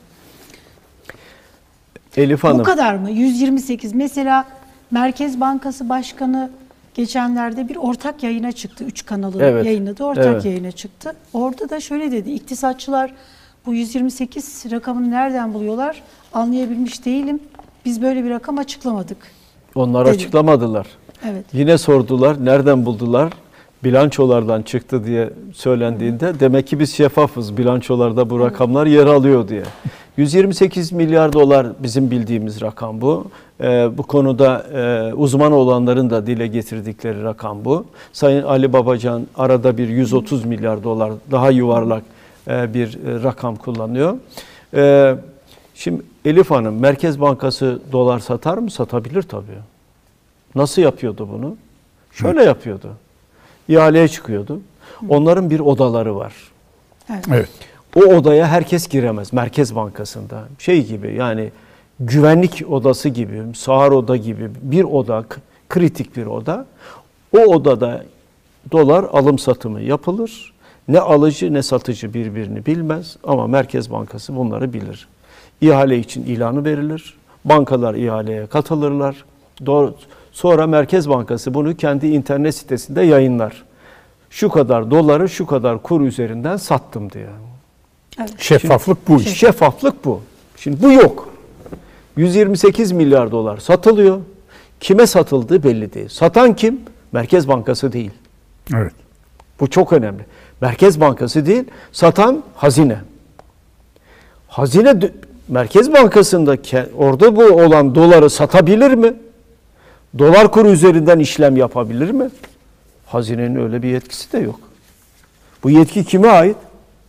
Elif Hanım. Bu kadar mı? 128. Mesela Merkez Bankası Başkanı geçenlerde bir ortak yayına çıktı. 3 kanalı yayınladı. Ortak yayına çıktı. Orada da şöyle dedi. İktisatçılar bu 128 rakamını nereden buluyorlar? Anlayabilmiş değilim. Biz böyle bir rakam açıklamadık. Onlar dedi. Açıklamadılar. Evet. Yine sordular. Nereden buldular? Bilançolardan çıktı diye söylendiğinde demek ki biz şeffafız. Bilançolarda bu rakamlar yer alıyor diye. 128 milyar dolar bizim bildiğimiz rakam bu. Bu konuda uzman olanların da dile getirdikleri rakam bu. Sayın Ali Babacan arada bir 130 milyar dolar daha yuvarlak bir rakam kullanıyor. Şimdi Elif Hanım, Merkez Bankası dolar satar mı? Satabilir tabii. Nasıl yapıyordu bunu? Şöyle yapıyordu. İhaleye çıkıyordu. Onların bir odaları var. Evet. O odaya herkes giremez Merkez Bankası'nda. Şey gibi yani güvenlik odası gibi, sağır oda gibi bir oda, kritik bir oda. O odada dolar alım satımı yapılır. Ne alıcı ne satıcı birbirini bilmez ama Merkez Bankası bunları bilir. İhale için ilanı verilir. Bankalar ihaleye katılırlar. Sonra Merkez Bankası bunu kendi internet sitesinde yayınlar. Şu kadar doları şu kadar kur üzerinden sattım diye. Evet. Şeffaflık bu işte. Şeffaflık bu. Şimdi bu yok. 128 milyar dolar satılıyor. Kime satıldığı belli değil. Satan kim? Merkez Bankası değil. Evet. Bu çok önemli. Merkez Bankası değil, satan hazine. Hazine Merkez Bankası'nda orada bu olan doları satabilir mi? Dolar kuru üzerinden işlem yapabilir mi? Hazinenin öyle bir yetkisi de yok. Bu yetki kime ait?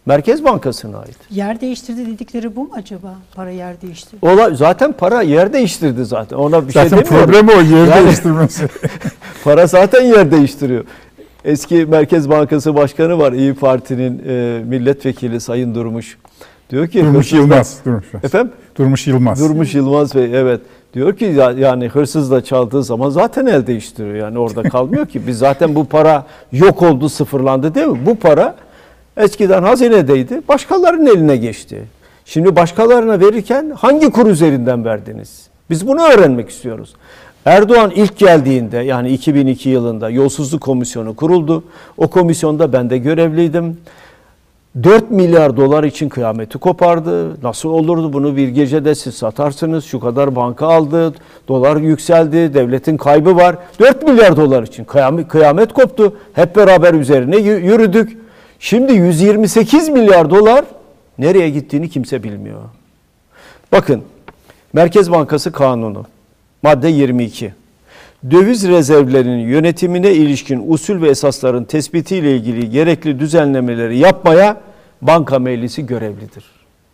Merkez Bankası'na ait. Yer değiştirdi dedikleri bu mu acaba? Para yer değiştirdi. Zaten para yer değiştirdi zaten. Ona bir şey Zaten demiyorum. problem o, yer Yani- değiştirmesi. Para zaten yer değiştiriyor. Eski Merkez Bankası Başkanı var, İyi Parti'nin milletvekili Sayın Durmuş. Diyor ki Durmuş Yılmaz. Durmuş Yılmaz. Durmuş Yılmaz Bey, evet. Diyor ki yani hırsız da çaldığı zaman zaten el değiştiriyor. Yani orada kalmıyor ki. Biz zaten bu para yok oldu, sıfırlandı değil mi? Bu para eskiden hazinedeydi, başkalarının eline geçti. Şimdi başkalarına verirken hangi kur üzerinden verdiniz? Biz bunu öğrenmek istiyoruz. Erdoğan ilk geldiğinde, yani 2002 yılında yolsuzluk komisyonu kuruldu. O komisyonda ben de görevliydim. 4 milyar dolar için kıyameti kopardı. Nasıl olurdu, bunu bir gecede siz satarsınız, şu kadar banka aldı, dolar yükseldi, devletin kaybı var. 4 milyar dolar için kıyamet koptu. Hep beraber üzerine yürüdük. Şimdi 128 milyar dolar nereye gittiğini kimse bilmiyor. Bakın, Merkez Bankası Kanunu, madde 22. Döviz rezervlerinin yönetimine ilişkin usul ve esasların tespitiyle ilgili gerekli düzenlemeleri yapmaya banka meclisi görevlidir.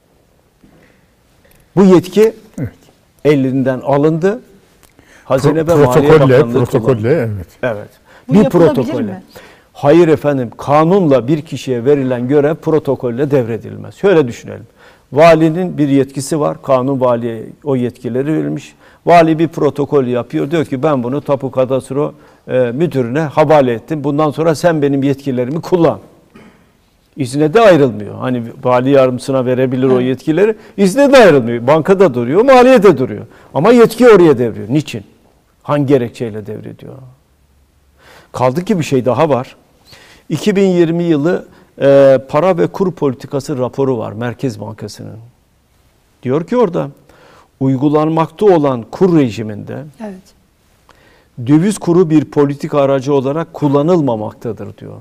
Bu yetki elinden alındı. Hazine ve Maliye Bakanlığı protokolle, evet. Evet. Bu Bir yapılabilir protokolle. mi? Hayır efendim, kanunla bir kişiye verilen görev protokolle devredilmez. Şöyle düşünelim. Valinin bir yetkisi var. Kanun valiye o yetkileri verilmiş. Vali bir protokol yapıyor. Diyor ki ben bunu Tapu Kadastro müdürüne havale ettim. Bundan sonra sen benim yetkilerimi kullan. İzne de ayrılmıyor. Hani vali yardımcısına verebilir o yetkileri. İzne de ayrılmıyor. Bankada duruyor, maliyede duruyor. Ama yetki oraya devriyor. Niçin? Hangi gerekçeyle devrediyor? Kaldı ki bir şey daha var. 2020 yılı para ve kur politikası raporu var Merkez Bankası'nın. Diyor ki orada uygulanmakta olan kur rejiminde Evet. döviz kuru bir politik aracı olarak kullanılmamaktadır diyor.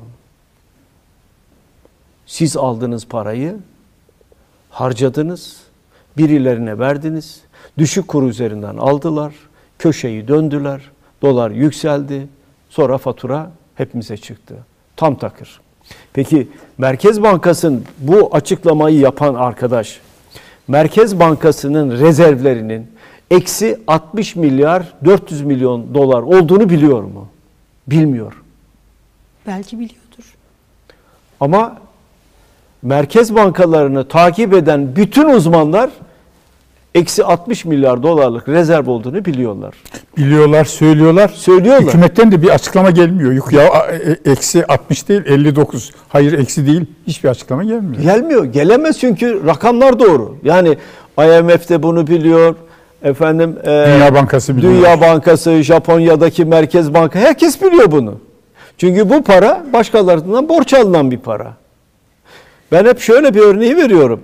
Siz aldığınız parayı harcadınız, birilerine verdiniz, düşük kur üzerinden aldılar, köşeyi döndüler, dolar yükseldi, sonra fatura hepimize çıktı. Tam takır. Peki Merkez Bankası'nın bu açıklamayı yapan arkadaş, Merkez Bankası'nın rezervlerinin eksi 60 milyar 400 milyon dolar olduğunu biliyor mu? Bilmiyor. Belki biliyordur. Ama merkez bankalarını takip eden bütün uzmanlar eksi 60 milyar dolarlık rezerv olduğunu biliyorlar. Biliyorlar, söylüyorlar. Söylüyorlar. Hükümetten de bir açıklama gelmiyor. Yok ya eksi 60 değil 59. Hayır eksi değil. Hiçbir açıklama gelmiyor. Gelmiyor. Gelemez çünkü rakamlar doğru. Yani IMF de bunu biliyor. Efendim Dünya Bankası biliyor. Dünya Bankası, Japonya'daki Merkez Banka herkes biliyor bunu. Çünkü bu para başkalarından borç alınan bir para. Ben hep şöyle bir örneği veriyorum.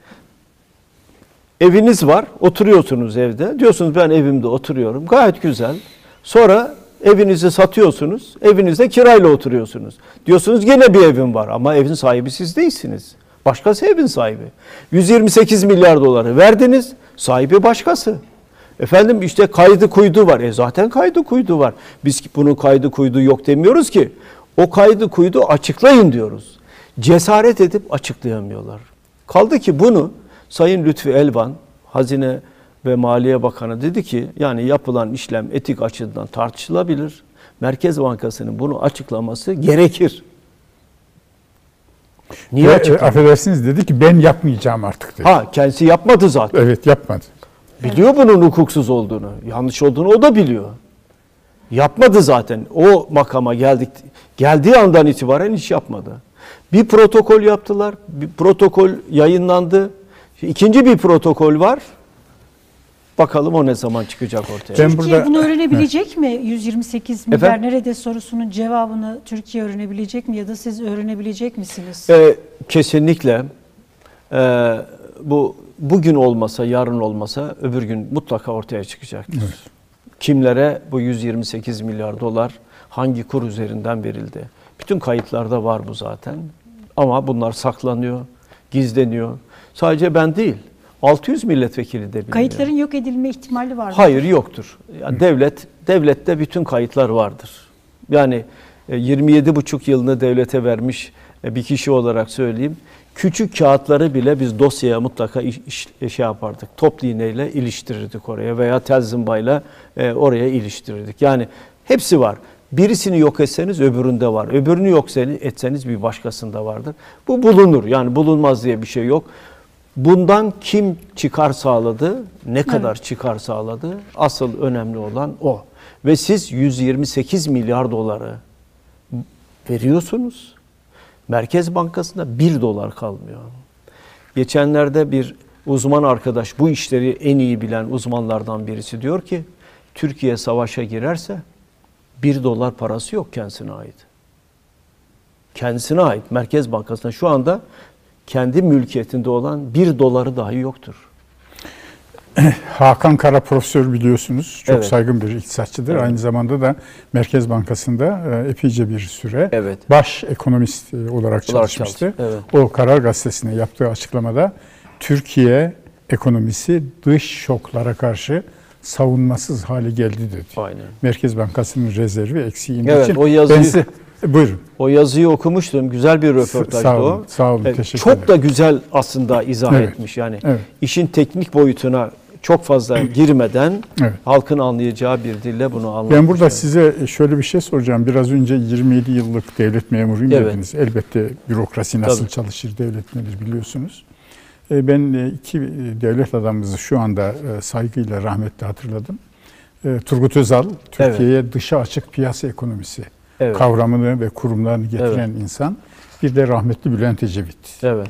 Eviniz var, oturuyorsunuz evde. Diyorsunuz ben evimde oturuyorum. Gayet güzel. Sonra evinizi satıyorsunuz. Evinizde kirayla oturuyorsunuz. Diyorsunuz gene bir evim var ama evin sahibi siz değilsiniz. Başkası evin sahibi. 128 milyar doları verdiniz. Sahibi başkası. Efendim işte kaydı kuydu var. Zaten kaydı kuydu var. Biz bunun kaydı kuydu yok demiyoruz ki. O kaydı kuydu açıklayın diyoruz. Cesaret edip açıklayamıyorlar. Kaldı ki bunu Sayın Lütfü Elvan, Hazine ve Maliye Bakanı dedi ki yani yapılan işlem etik açıdan tartışılabilir. Merkez Bankası'nın bunu açıklaması gerekir. Niye açıklamıyor? Affedersiniz dedi ki ben yapmayacağım artık dedi. Kendisi yapmadı zaten. Evet yapmadı. Biliyor bunun hukuksuz olduğunu, yanlış olduğunu o da biliyor. Yapmadı zaten. O makama geldiği andan itibaren hiç yapmadı. Bir protokol yaptılar. Bir protokol yayınlandı. İkinci bir protokol var. Bakalım o ne zaman çıkacak ortaya. Ben Türkiye burada- bunu öğrenebilecek mi? 128 milyar Efendim? nerede sorusunun cevabını Türkiye öğrenebilecek mi ya da siz öğrenebilecek misiniz? Kesinlikle bu bugün olmasa, yarın olmasa öbür gün mutlaka ortaya çıkacaktır. Evet. Kimlere bu 128 milyar dolar hangi kur üzerinden verildi? Bütün kayıtlarda var bu zaten. Ama bunlar saklanıyor, gizleniyor. Sadece ben değil, 600 milletvekili de bilmiyor. Kayıtların yok edilme ihtimali var mı? Hayır yoktur. Yani devlette bütün kayıtlar vardır. Yani 27,5 yılını devlete vermiş bir kişi olarak söyleyeyim. Küçük kağıtları bile biz dosyaya mutlaka şey yapardık. Toplu iğneyle iliştirirdik oraya veya tel zımbayla oraya iliştirirdik. Yani hepsi var. Birisini yok etseniz öbüründe var. Öbürünü yok etseniz bir başkasında vardır. Bu bulunur. Yani bulunmaz diye bir şey yok. Bundan kim çıkar sağladı, ne kadar çıkar sağladı? Asıl önemli olan o. Ve siz 128 milyar doları veriyorsunuz. Merkez Bankası'nda 1 dolar kalmıyor. Geçenlerde bir uzman arkadaş, bu işleri en iyi bilen uzmanlardan birisi diyor ki, Türkiye savaşa girerse 1 dolar parası yok kendisine ait. Kendisine ait Merkez Bankası'nda şu anda kendi mülkiyetinde olan 1 doları dahi yoktur. Hakan Kara profesör biliyorsunuz. Çok Evet. saygın bir iktisatçıdır. Evet. Aynı zamanda da Merkez Bankası'nda epeyce bir süre Evet. baş ekonomist olarak çalışmıştı. Evet. O Karar Gazetesi'ne yaptığı açıklamada Türkiye ekonomisi dış şoklara karşı savunmasız hale geldi dedi. Aynen. Merkez Bankası'nın rezervi eksiği Evet, için. o yazıyı- Buyurun. O yazıyı okumuştum. Güzel bir röportajdı Sağ olun, o. sağ olun, teşekkür Çok ederim. da güzel aslında izah Evet, etmiş. Yani evet. işin teknik boyutuna çok fazla girmeden Evet. halkın anlayacağı bir dille bunu anlatmış. Ben burada yani. size şöyle bir şey soracağım. Biraz önce 27 yıllık devlet memuruyum Evet. dediniz. Elbette bürokrasi nasıl Tabii. çalışır, devlet nedir biliyorsunuz. Ben iki devlet adamımızı şu anda saygıyla, rahmetle hatırladım. Turgut Özal, Türkiye'ye dışa açık piyasa ekonomisi Evet. kavramını ve kurumlarını getiren insan. Bir de rahmetli Bülent Ecevit. Evet.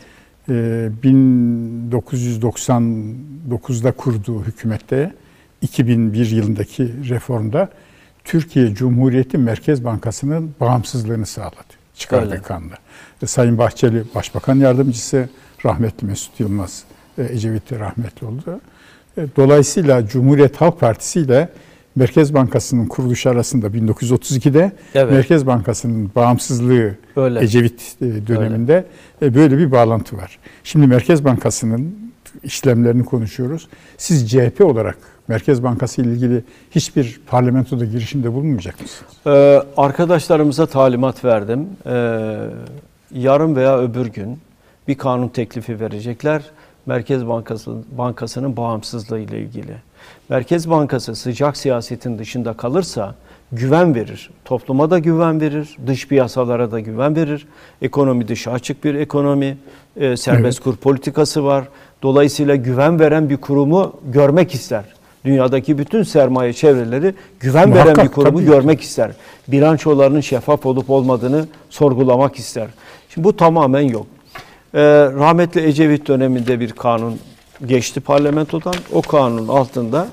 1999'da kurduğu hükümette 2001 yılındaki reformda Türkiye Cumhuriyeti Merkez Bankası'nın bağımsızlığını sağladı. Çıkardığı Öyle. kanunda. Sayın Bahçeli Başbakan Yardımcısı, rahmetli Mesut Yılmaz Ecevit de rahmetli oldu. Dolayısıyla Cumhuriyet Halk Partisi ile Merkez Bankası'nın kuruluşu arasında 1932'de Evet. Merkez Bankası'nın bağımsızlığı Öyle. Ecevit döneminde böyle bir bağlantı var. Şimdi Merkez Bankası'nın işlemlerini konuşuyoruz. Siz CHP olarak Merkez Bankası ile ilgili hiçbir parlamentoda girişimde bulunmayacak mısınız? Arkadaşlarımıza talimat verdim. Yarın veya öbür gün bir kanun teklifi verecekler. Merkez Bankası'nın bağımsızlığı ile ilgili. Merkez Bankası sıcak siyasetin dışında kalırsa güven verir. Topluma da güven verir, dış piyasalara da güven verir. Ekonomi dışa açık bir ekonomi, serbest kur politikası var. Dolayısıyla güven veren bir kurumu görmek ister. Dünyadaki bütün sermaye çevreleri güven Muhakkak, veren bir kurumu tabii. görmek ister. Bilançolarının şeffaf olup olmadığını sorgulamak ister. Şimdi bu tamamen yok. Rahmetli Ecevit döneminde bir kanun geçti parlamentodan. O kanunun altında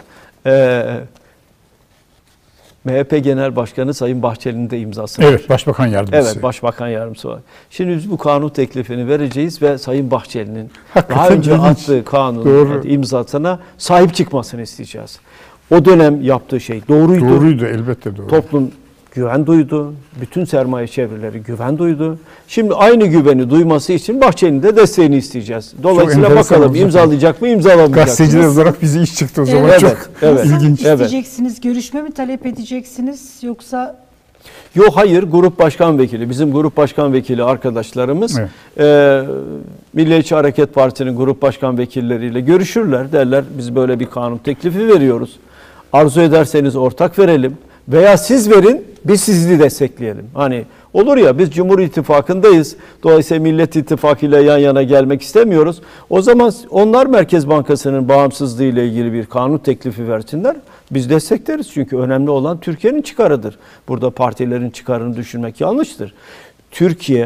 MHP Genel Başkanı Sayın Bahçeli'nin de imzası var. Evet, Başbakan Yardımcısı. Evet, Başbakan Yardımcısı var. Şimdi biz bu kanun teklifini vereceğiz ve Sayın Bahçeli'nin Hakikaten daha önce ilginç. attığı kanun Doğru. imzasına sahip çıkmasını isteyeceğiz. O dönem yaptığı şey doğruydu. Doğruydu, elbette doğru. Toplum güven duydu. Bütün sermaye çevreleri güven duydu. Şimdi aynı güveni duyması için Bahçeli'nin de desteğini isteyeceğiz. Dolayısıyla enteresan bakalım olacak. imzalayacak mı, imzalamayacak mı? Gazeteciler olarak bize iş çıktı o zaman. Evet. Çok Evet. ilginç. İsteyeceksiniz, görüşme mi talep edeceksiniz yoksa Yok, hayır, grup başkan vekili, bizim grup başkan vekili arkadaşlarımız Milliyetçi Hareket Partisi'nin grup başkan vekilleriyle görüşürler. Derler biz böyle bir kanun teklifi veriyoruz. Arzu ederseniz ortak verelim veya siz verin, biz sizi destekleyelim. Hani olur ya, biz Cumhur İttifakı'ndayız. Dolayısıyla Millet İttifakı ile yan yana gelmek istemiyoruz. O zaman onlar Merkez Bankası'nın bağımsızlığı ile ilgili bir kanun teklifi versinler. Biz destekleriz çünkü önemli olan Türkiye'nin çıkarıdır. Burada partilerin çıkarını düşünmek yanlıştır. Türkiye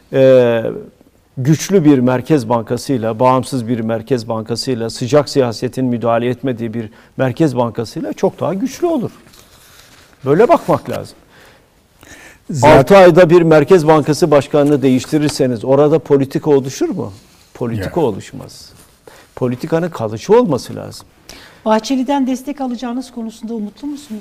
güçlü bir Merkez Bankası'yla, bağımsız bir Merkez Bankası'yla, sıcak siyasetin müdahale etmediği bir Merkez Bankası'yla çok daha güçlü olur. Böyle bakmak lazım. 6 ayda bir Merkez Bankası Başkanı'nı değiştirirseniz orada politika oluşur mu? Politika oluşmaz. Politikanın kalıcı olması lazım. Bahçeli'den destek alacağınız konusunda umutlu musunuz?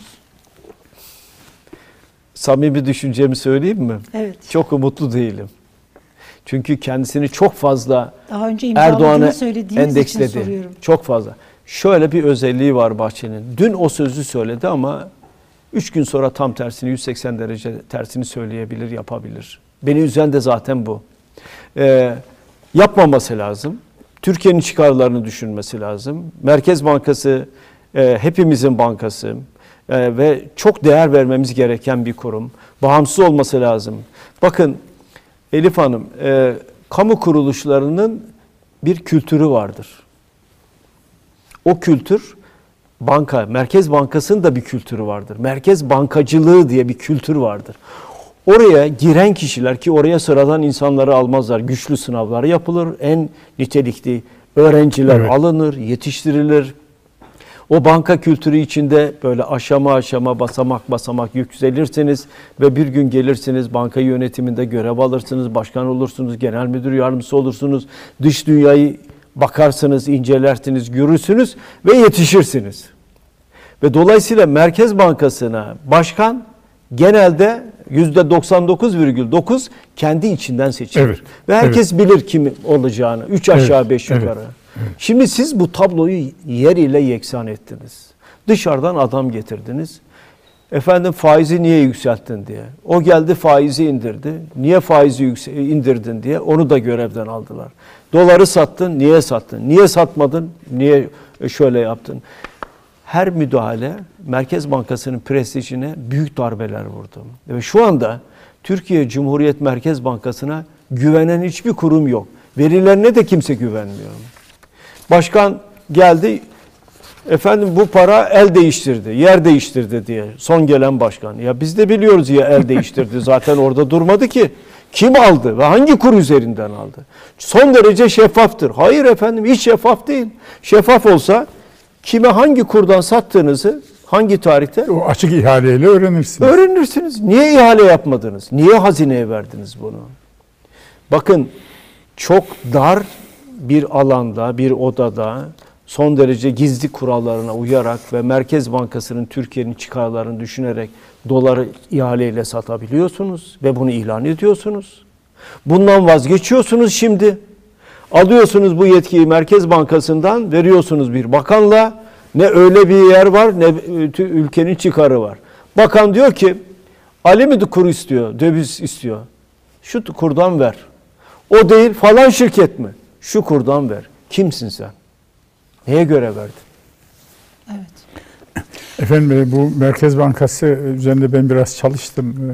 Samimi düşüncemi söyleyeyim mi? Evet. Çok umutlu değilim. Çünkü kendisini çok fazla Daha önce Erdoğan'ı imzaladığını söylediğiniz için endeksledi. soruyorum. Çok fazla. Şöyle bir özelliği var Bahçeli'nin. Dün o sözü söyledi ama 3 gün sonra tam tersini, 180 derece tersini söyleyebilir, yapabilir. Beni üzen de zaten bu. yapmaması lazım. Türkiye'nin çıkarlarını düşünmesi lazım. Merkez Bankası hepimizin bankası ve çok değer vermemiz gereken bir kurum. Bağımsız olması lazım. Bakın Elif Hanım, kamu kuruluşlarının bir kültürü vardır. O kültür Merkez Bankası'nın da bir kültürü vardır. Merkez bankacılığı diye bir kültür vardır. Oraya giren kişiler, ki oraya sıradan insanları almazlar. Güçlü sınavlar yapılır. En nitelikli öğrenciler alınır, yetiştirilir. O banka kültürü içinde böyle aşama aşama, basamak basamak yükselirsiniz ve bir gün gelirsiniz banka yönetiminde görev alırsınız, başkan olursunuz, genel müdür yardımcısı olursunuz, dış dünyayı bakarsınız, incelersiniz, görürsünüz ve yetişirsiniz. Ve dolayısıyla Merkez Bankası'na başkan genelde %99,9 kendi içinden seçilir. Evet. Ve herkes bilir kim olacağını. 3 aşağı 5 yukarı. Evet. Şimdi siz bu tabloyu yer ile yeksan ettiniz. Dışarıdan adam getirdiniz. Efendim faizi niye yükselttin diye. O geldi faizi indirdi. Niye faizi indirdin diye onu da görevden aldılar. Doları sattın, niye sattın? Niye satmadın? Niye şöyle yaptın? Her müdahale Merkez Bankası'nın prestijine büyük darbeler vurdu. Ve şu anda Türkiye Cumhuriyet Merkez Bankası'na güvenen hiçbir kurum yok. Verilerine de kimse güvenmiyor. Başkan geldi, efendim bu para el değiştirdi, yer değiştirdi diye son gelen başkan. Ya biz de biliyoruz ya el değiştirdi, zaten orada durmadı ki. Kim aldı ve hangi kur üzerinden aldı? Son derece şeffaftır. Hayır efendim, hiç şeffaf değil. Şeffaf olsa kime hangi kurdan sattığınızı hangi tarihte? O açık ihaleyle öğrenirsiniz. Öğrenirsiniz. Niye ihale yapmadınız? Niye hazineye verdiniz bunu? Bakın çok dar bir alanda, bir odada son derece gizli kurallarına uyarak ve Merkez Bankası'nın Türkiye'nin çıkarlarını düşünerek doları ihaleyle satabiliyorsunuz ve bunu ilan ediyorsunuz. Bundan vazgeçiyorsunuz şimdi. Alıyorsunuz bu yetkiyi Merkez Bankası'ndan, veriyorsunuz bir bakanla. Ne öyle bir yer var, ne ülkenin çıkarı var. Bakan diyor ki, Ali mi kur istiyor, döviz istiyor. Şu kurdan ver. O değil, falan şirket mi? Şu kurdan ver. Kimsin sen? Neye göre verdin? Evet. Efendim bu Merkez Bankası üzerinde ben biraz çalıştım.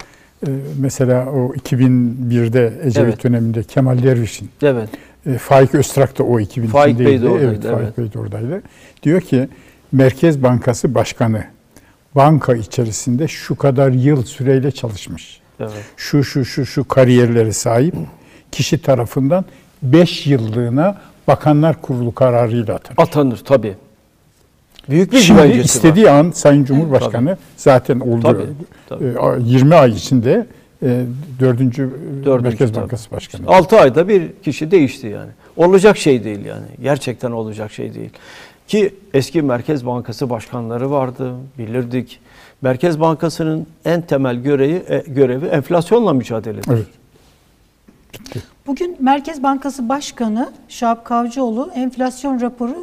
Mesela o 2001'de Ecevit döneminde Kemal Derviş'in. Evet. Faik Öztrak da o 2002'deydi. Faik Bey de oradaydı. Evet, Faik Bey de oradaydı. Diyor ki Merkez Bankası Başkanı banka içerisinde şu kadar yıl süreyle çalışmış. Evet. Şu kariyerlere sahip kişi tarafından 5 yıllığına Bakanlar Kurulu kararıyla atanır. Atanır tabii. Büyük bir Şimdi güvencesi istediği var. an Sayın Cumhurbaşkanı zaten oldu. Tabii. 20 ay içinde 4. Merkez Bankası Başkanı. 6 ayda bir kişi değişti yani. Olacak şey değil yani. Gerçekten olacak şey değil. Ki eski Merkez Bankası vardı, bilirdik. Merkez Bankası'nın en temel görevi enflasyonla mücadeledir. Evet. Bugün Merkez Bankası Başkanı Şahap Kavcıoğlu enflasyon raporu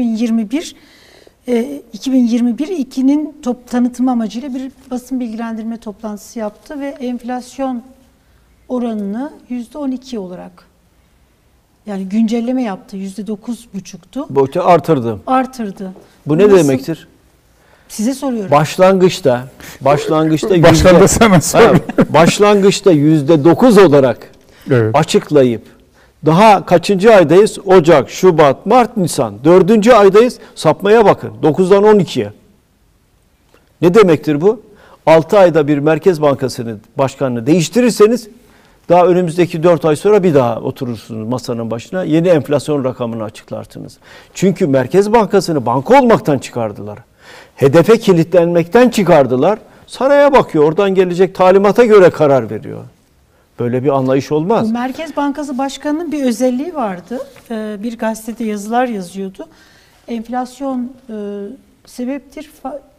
2021-2'nin tanıtımı amacıyla bir basın bilgilendirme toplantısı yaptı ve enflasyon oranını %12 olarak, yani güncelleme yaptı. %9,5'tu. Boyutu artırdı. Bu ne demektir? Size soruyorum. Başlangıçta Başkan da sana sor. başlangıçta %9 olarak açıklayıp daha kaçıncı aydayız? Ocak, Şubat, Mart, Nisan. 4. aydayız. Sapmaya bakın. 9'dan 12'ye. Ne demektir bu? 6 ayda bir Merkez Bankası'nın başkanını değiştirirseniz daha önümüzdeki 4 ay sonra bir daha oturursunuz masanın başına. Yeni enflasyon rakamını açıklarsınız. Çünkü Merkez Bankası'nı banka olmaktan çıkardılar. Hedefe kilitlenmekten çıkardılar. Saraya bakıyor. Oradan gelecek talimata göre karar veriyor. Böyle bir anlayış olmaz. Bu Merkez Bankası Başkanı'nın bir özelliği vardı. Bir gazetede yazılar yazıyordu. Enflasyon sebeptir.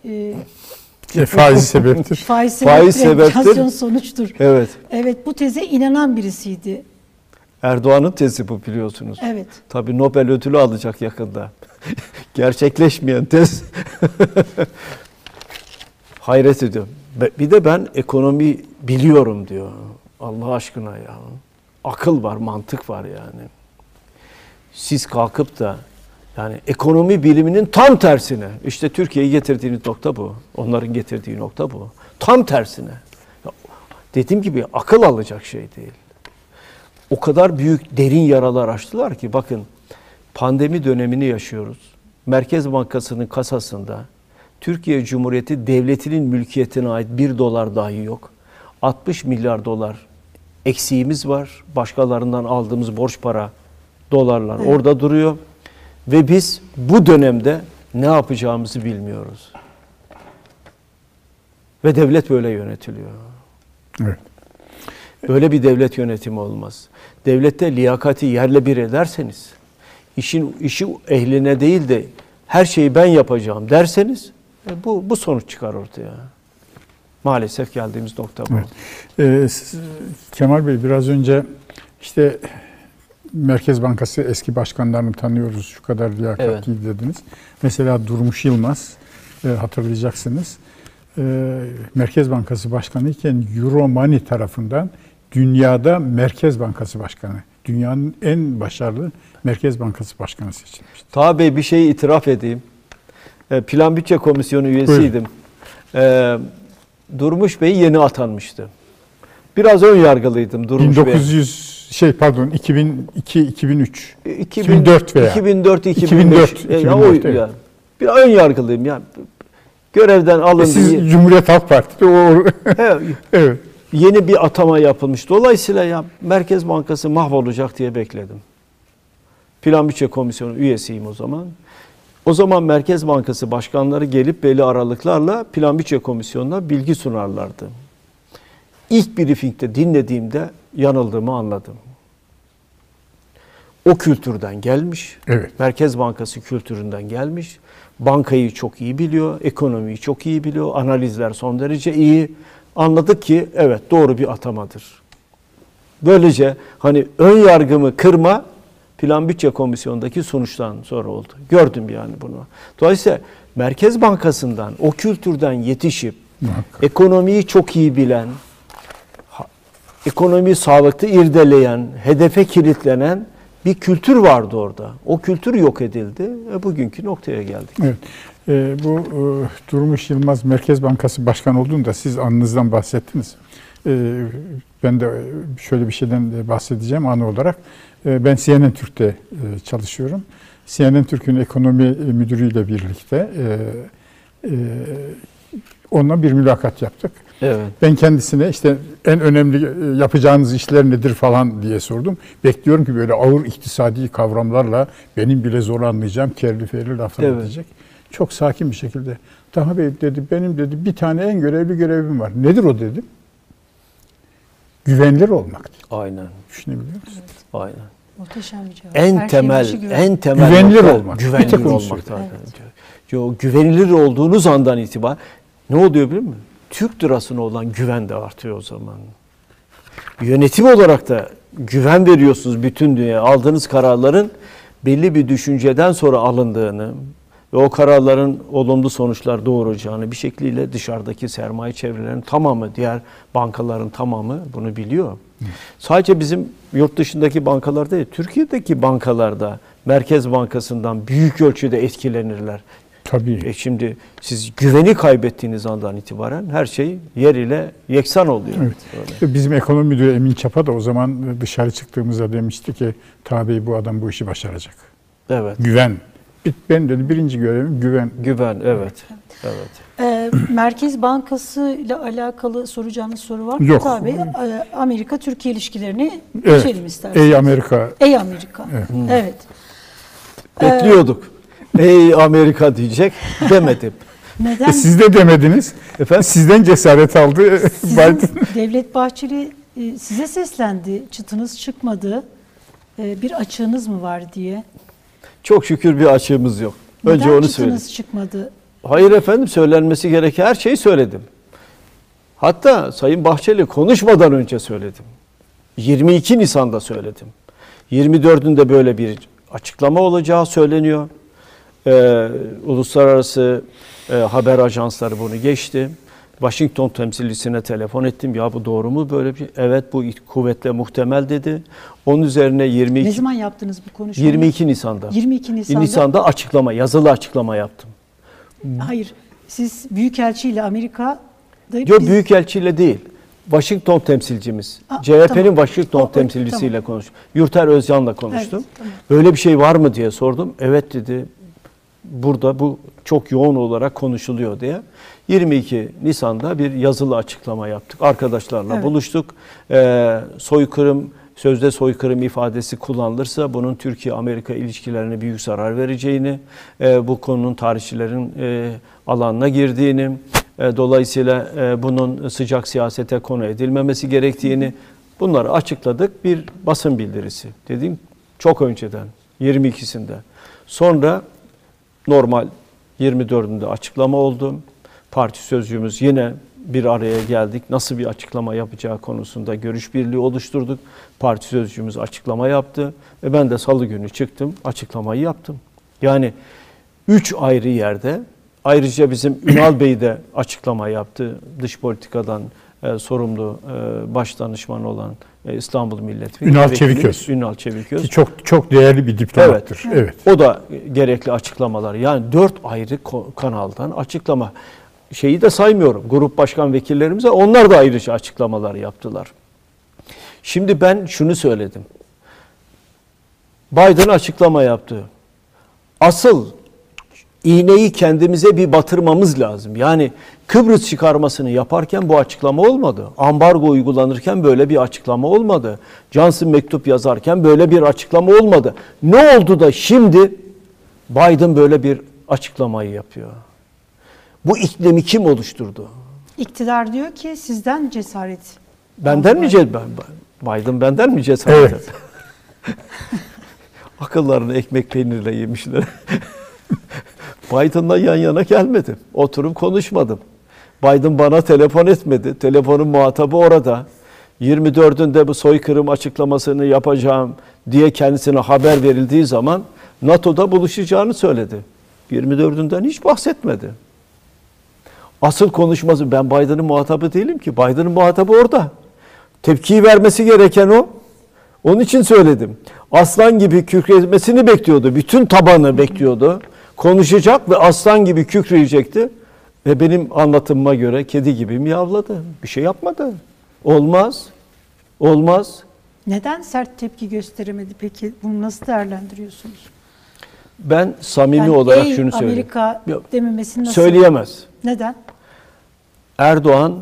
Faiz sebeptir. Faiz sebeptir. Enflasyon sonuçtur. Evet. Evet, bu teze inanan birisiydi. Erdoğan'ın tezi bu, biliyorsunuz. Evet. Tabii Nobel ödülü alacak yakında. Gerçekleşmeyen tez. Hayret ediyorum. Bir de ben ekonomi biliyorum diyor. Allah aşkına ya. akıl var, mantık var yani. Siz kalkıp da yani ekonomi biliminin tam tersine, işte Türkiye'yi getirdiğiniz nokta bu. Onların getirdiği nokta bu. Tam tersine. Ya, dediğim gibi akıl alacak şey değil. O kadar büyük derin yaralar açtılar ki bakın pandemi dönemini yaşıyoruz. Merkez Bankası'nın kasasında Türkiye Cumhuriyeti Devleti'nin mülkiyetine ait $1 dahi yok. 60 milyar dolar eksiğimiz var. Başkalarından aldığımız borç para dolarlar orada duruyor. Ve biz bu dönemde ne yapacağımızı bilmiyoruz. Ve devlet böyle yönetiliyor. Evet. Böyle bir devlet yönetimi olmaz. Devlette liyakati yerle bir ederseniz, işi ehline değil de her şeyi ben yapacağım derseniz bu sonuç çıkar ortaya. Maalesef geldiğimiz nokta bu. Evet. Kemal Bey biraz önce işte Merkez Bankası eski başkanlarını tanıyoruz, şu kadar liyakatli dediniz. Mesela Durmuş Yılmaz, hatırlayacaksınız. Merkez Bankası Başkanı iken Euromoney tarafından dünyada Merkez Bankası Başkanı, dünyanın en başarılı Merkez Bankası Başkanı seçilmişti. Taha Bey bir şeyi itiraf edeyim. Plan Bütçe Komisyonu üyesiydim. Durmuş Bey yeni atanmıştı. Biraz ön yargılıydım Durmuş Bey. 2002-2003, 2004 veya 2004. Evet. Bir ön yargılıyım ya. Görevden alındı. Siz Cumhuriyet Halk Partisi evet. Yeni bir atama yapılmış. Dolayısıyla ya Merkez Bankası mahvolacak diye bekledim. Plan Bütçe Komisyonu üyesiyim o zaman. O zaman Merkez Bankası başkanları gelip belli aralıklarla Plan Bütçe Komisyonu'na bilgi sunarlardı. İlk briefingde dinlediğimde yanıldığımı anladım. O kültürden gelmiş. Evet. Merkez Bankası kültüründen gelmiş. Bankayı çok iyi biliyor, ekonomiyi çok iyi biliyor, analizler son derece iyi. Anladık ki evet doğru bir atamadır. Böylece hani ön yargımı kırma Plan Bütçe Komisyonu'ndaki sonuçtan sonra oldu. Gördüm yani bunu. Dolayısıyla Merkez Bankası'ndan, o kültürden yetişip ekonomiyi çok iyi bilen, ekonomiyi sağlıklı irdeleyen, hedefe kilitlenen bir kültür vardı orada. O kültür yok edildi. Bugünkü noktaya geldik. Evet. Bu Durmuş Yılmaz Merkez Bankası Başkanı olduğunda siz anınızdan bahsettiniz. Ben de şöyle bir şeyden bahsedeceğim anı olarak. Ben CNN Türk'te çalışıyorum. CNN Türk'ün ekonomi müdürüyle birlikte onunla bir mülakat yaptık. Evet. Ben kendisine işte en önemli yapacağınız işler nedir falan diye sordum. Bekliyorum ki böyle ağır iktisadi kavramlarla benim bile zor anlayacağım kerli ferli laflar edecek. Çok sakin bir şekilde. Taha Bey dedi, benim dedi bir tane en görevli görevim var. Nedir o dedim. Güvenilir olmak. Aynen. Düşünebiliyor musunuz? Evet. Aynen. Muhteşem bir cevap. En temel güvenilir olmak. Güvenilir olmak. Evet. Güvenilir olduğunuz andan itibaren ne oluyor biliyor musun? Türk lirasına olan güven de artıyor o zaman. Yönetim olarak da güven veriyorsunuz bütün dünyaya. Aldığınız kararların belli bir düşünceden sonra alındığını ve o kararların olumlu sonuçlar doğuracağını bir şekliyle dışarıdaki sermaye çevrelerinin tamamı, diğer bankaların tamamı bunu biliyor. Sadece bizim yurt dışındaki bankalar değil, Türkiye'deki bankalarda Merkez Bankası'ndan büyük ölçüde etkilenirler. Tabii. Şimdi siz güveni kaybettiğiniz andan itibaren her şey yer ile yeksan oluyor. Evet. Bizim ekonomi müdürü Emin Çapa da o zaman dışarı çıktığımızda demişti ki Taha Bey bu adam bu işi başaracak. Evet. Güven. Ben dedi birinci görevim güven. Güven, evet. Evet. Merkez Bankası ile alakalı soracağınız soru var mı? Yok. Tabii. Amerika-Türkiye ilişkilerini geçelim isterseniz. Ey Amerika. Ey Amerika. Evet. Bekliyorduk. Ey Amerika diyecek demedim. Neden? Siz de demediniz. Efendim? Sizden cesaret aldı. Devlet Bahçeli size seslendi. Çıtınız çıkmadı. Bir açığınız mı var diye. Çok şükür bir açığımız yok. Önce Neden onu söyledim. çıtınız çıkmadı? Hayır efendim, söylenmesi gereken her şeyi söyledim. Hatta Sayın Bahçeli konuşmadan önce söyledim. 22 Nisan'da söyledim. 24'ünde böyle bir açıklama olacağı söyleniyor. Uluslararası haber ajansları bunu geçti. Washington temsilcisine telefon ettim. Ya bu doğru mu böyle bir şey? Evet, bu kuvvetle muhtemel dedi. Onun üzerine Ne zaman yaptınız bu konuşmayı? 22 Nisan'da. 22 Nisan'da. Nisan'da açıklama, yazılı açıklama yaptım. Hayır. Siz Büyükelçiyle Amerika'da... Yok, Büyükelçiyle değil. Washington temsilcimiz. CHP'nin tamam. Washington temsilcisiyle tamam. konuştum. Yurter Özcan'la konuştum. Evet, tamam. Böyle bir şey var mı diye sordum. Evet dedi. Burada bu çok yoğun olarak konuşuluyor diye. 22 Nisan'da bir yazılı açıklama yaptık. Arkadaşlarla buluştuk. Soykırım, sözde soykırım ifadesi kullanılırsa bunun Türkiye-Amerika ilişkilerine büyük zarar vereceğini, bu konunun tarihçilerin alanına girdiğini, dolayısıyla bunun sıcak siyasete konu edilmemesi gerektiğini, bunları açıkladık. Bir basın bildirisi. Dedim çok önceden, 22'sinde. Sonra normal 24'ünde açıklama oldu. Parti sözcüğümüz yine bir araya geldik. Nasıl bir açıklama yapacağı konusunda görüş birliği oluşturduk. Parti sözcüğümüz açıklama yaptı ve ben de salı günü çıktım, açıklamayı yaptım. Yani 3 ayrı yerde, ayrıca bizim Ünal Bey de açıklama yaptı. Dış politikadan sorumlu baş danışman olan İstanbul Milletvekili. Ünal Çeviköz. Ünal Çeviköz. Ki çok değerli bir diplomattır. Evet. O da gerekli açıklamalar. Yani 4 ayrı kanaldan açıklama. Şeyi de saymıyorum. Grup başkan vekillerimize, onlar da ayrıca açıklamalar yaptılar. Şimdi ben şunu söyledim. Biden açıklama yaptı. Asıl iğneyi kendimize bir batırmamız lazım. Yani Kıbrıs çıkarmasını yaparken bu açıklama olmadı. Ambargo uygulanırken böyle bir açıklama olmadı. Johnson mektup yazarken böyle bir açıklama olmadı. Ne oldu da şimdi Biden böyle bir açıklamayı yapıyor? Bu iklimi kim oluşturdu? İktidar diyor ki sizden cesaret. Benden mi cesaret? Biden benden mi cesaret? Evet. Akıllarını ekmek peynirle yemişler. Biden'la yan yana gelmedim. Oturup konuşmadım. Biden bana telefon etmedi. Telefonun muhatabı orada. 24'ünde bu soykırım açıklamasını yapacağım diye kendisine haber verildiği zaman NATO'da buluşacağını söyledi. 24'ünden hiç bahsetmedi. Asıl konuşması, ben Biden'ın muhatabı değilim ki. Biden'ın muhatabı orada. Tepkiyi vermesi gereken o. Onun için söyledim. Aslan gibi kükremesini bekliyordu. Bütün tabanı bekliyordu. Konuşacak ve aslan gibi kükreyecekti. Ve benim anlatımıma göre kedi gibi miyavladı. Bir şey yapmadı. Olmaz. Olmaz. Neden sert tepki gösteremedi peki? Bunu nasıl değerlendiriyorsunuz? Ben samimi Yani olarak şunu söyleyeyim. Amerika dememesini nasıl? Söyleyemez. Neden? Erdoğan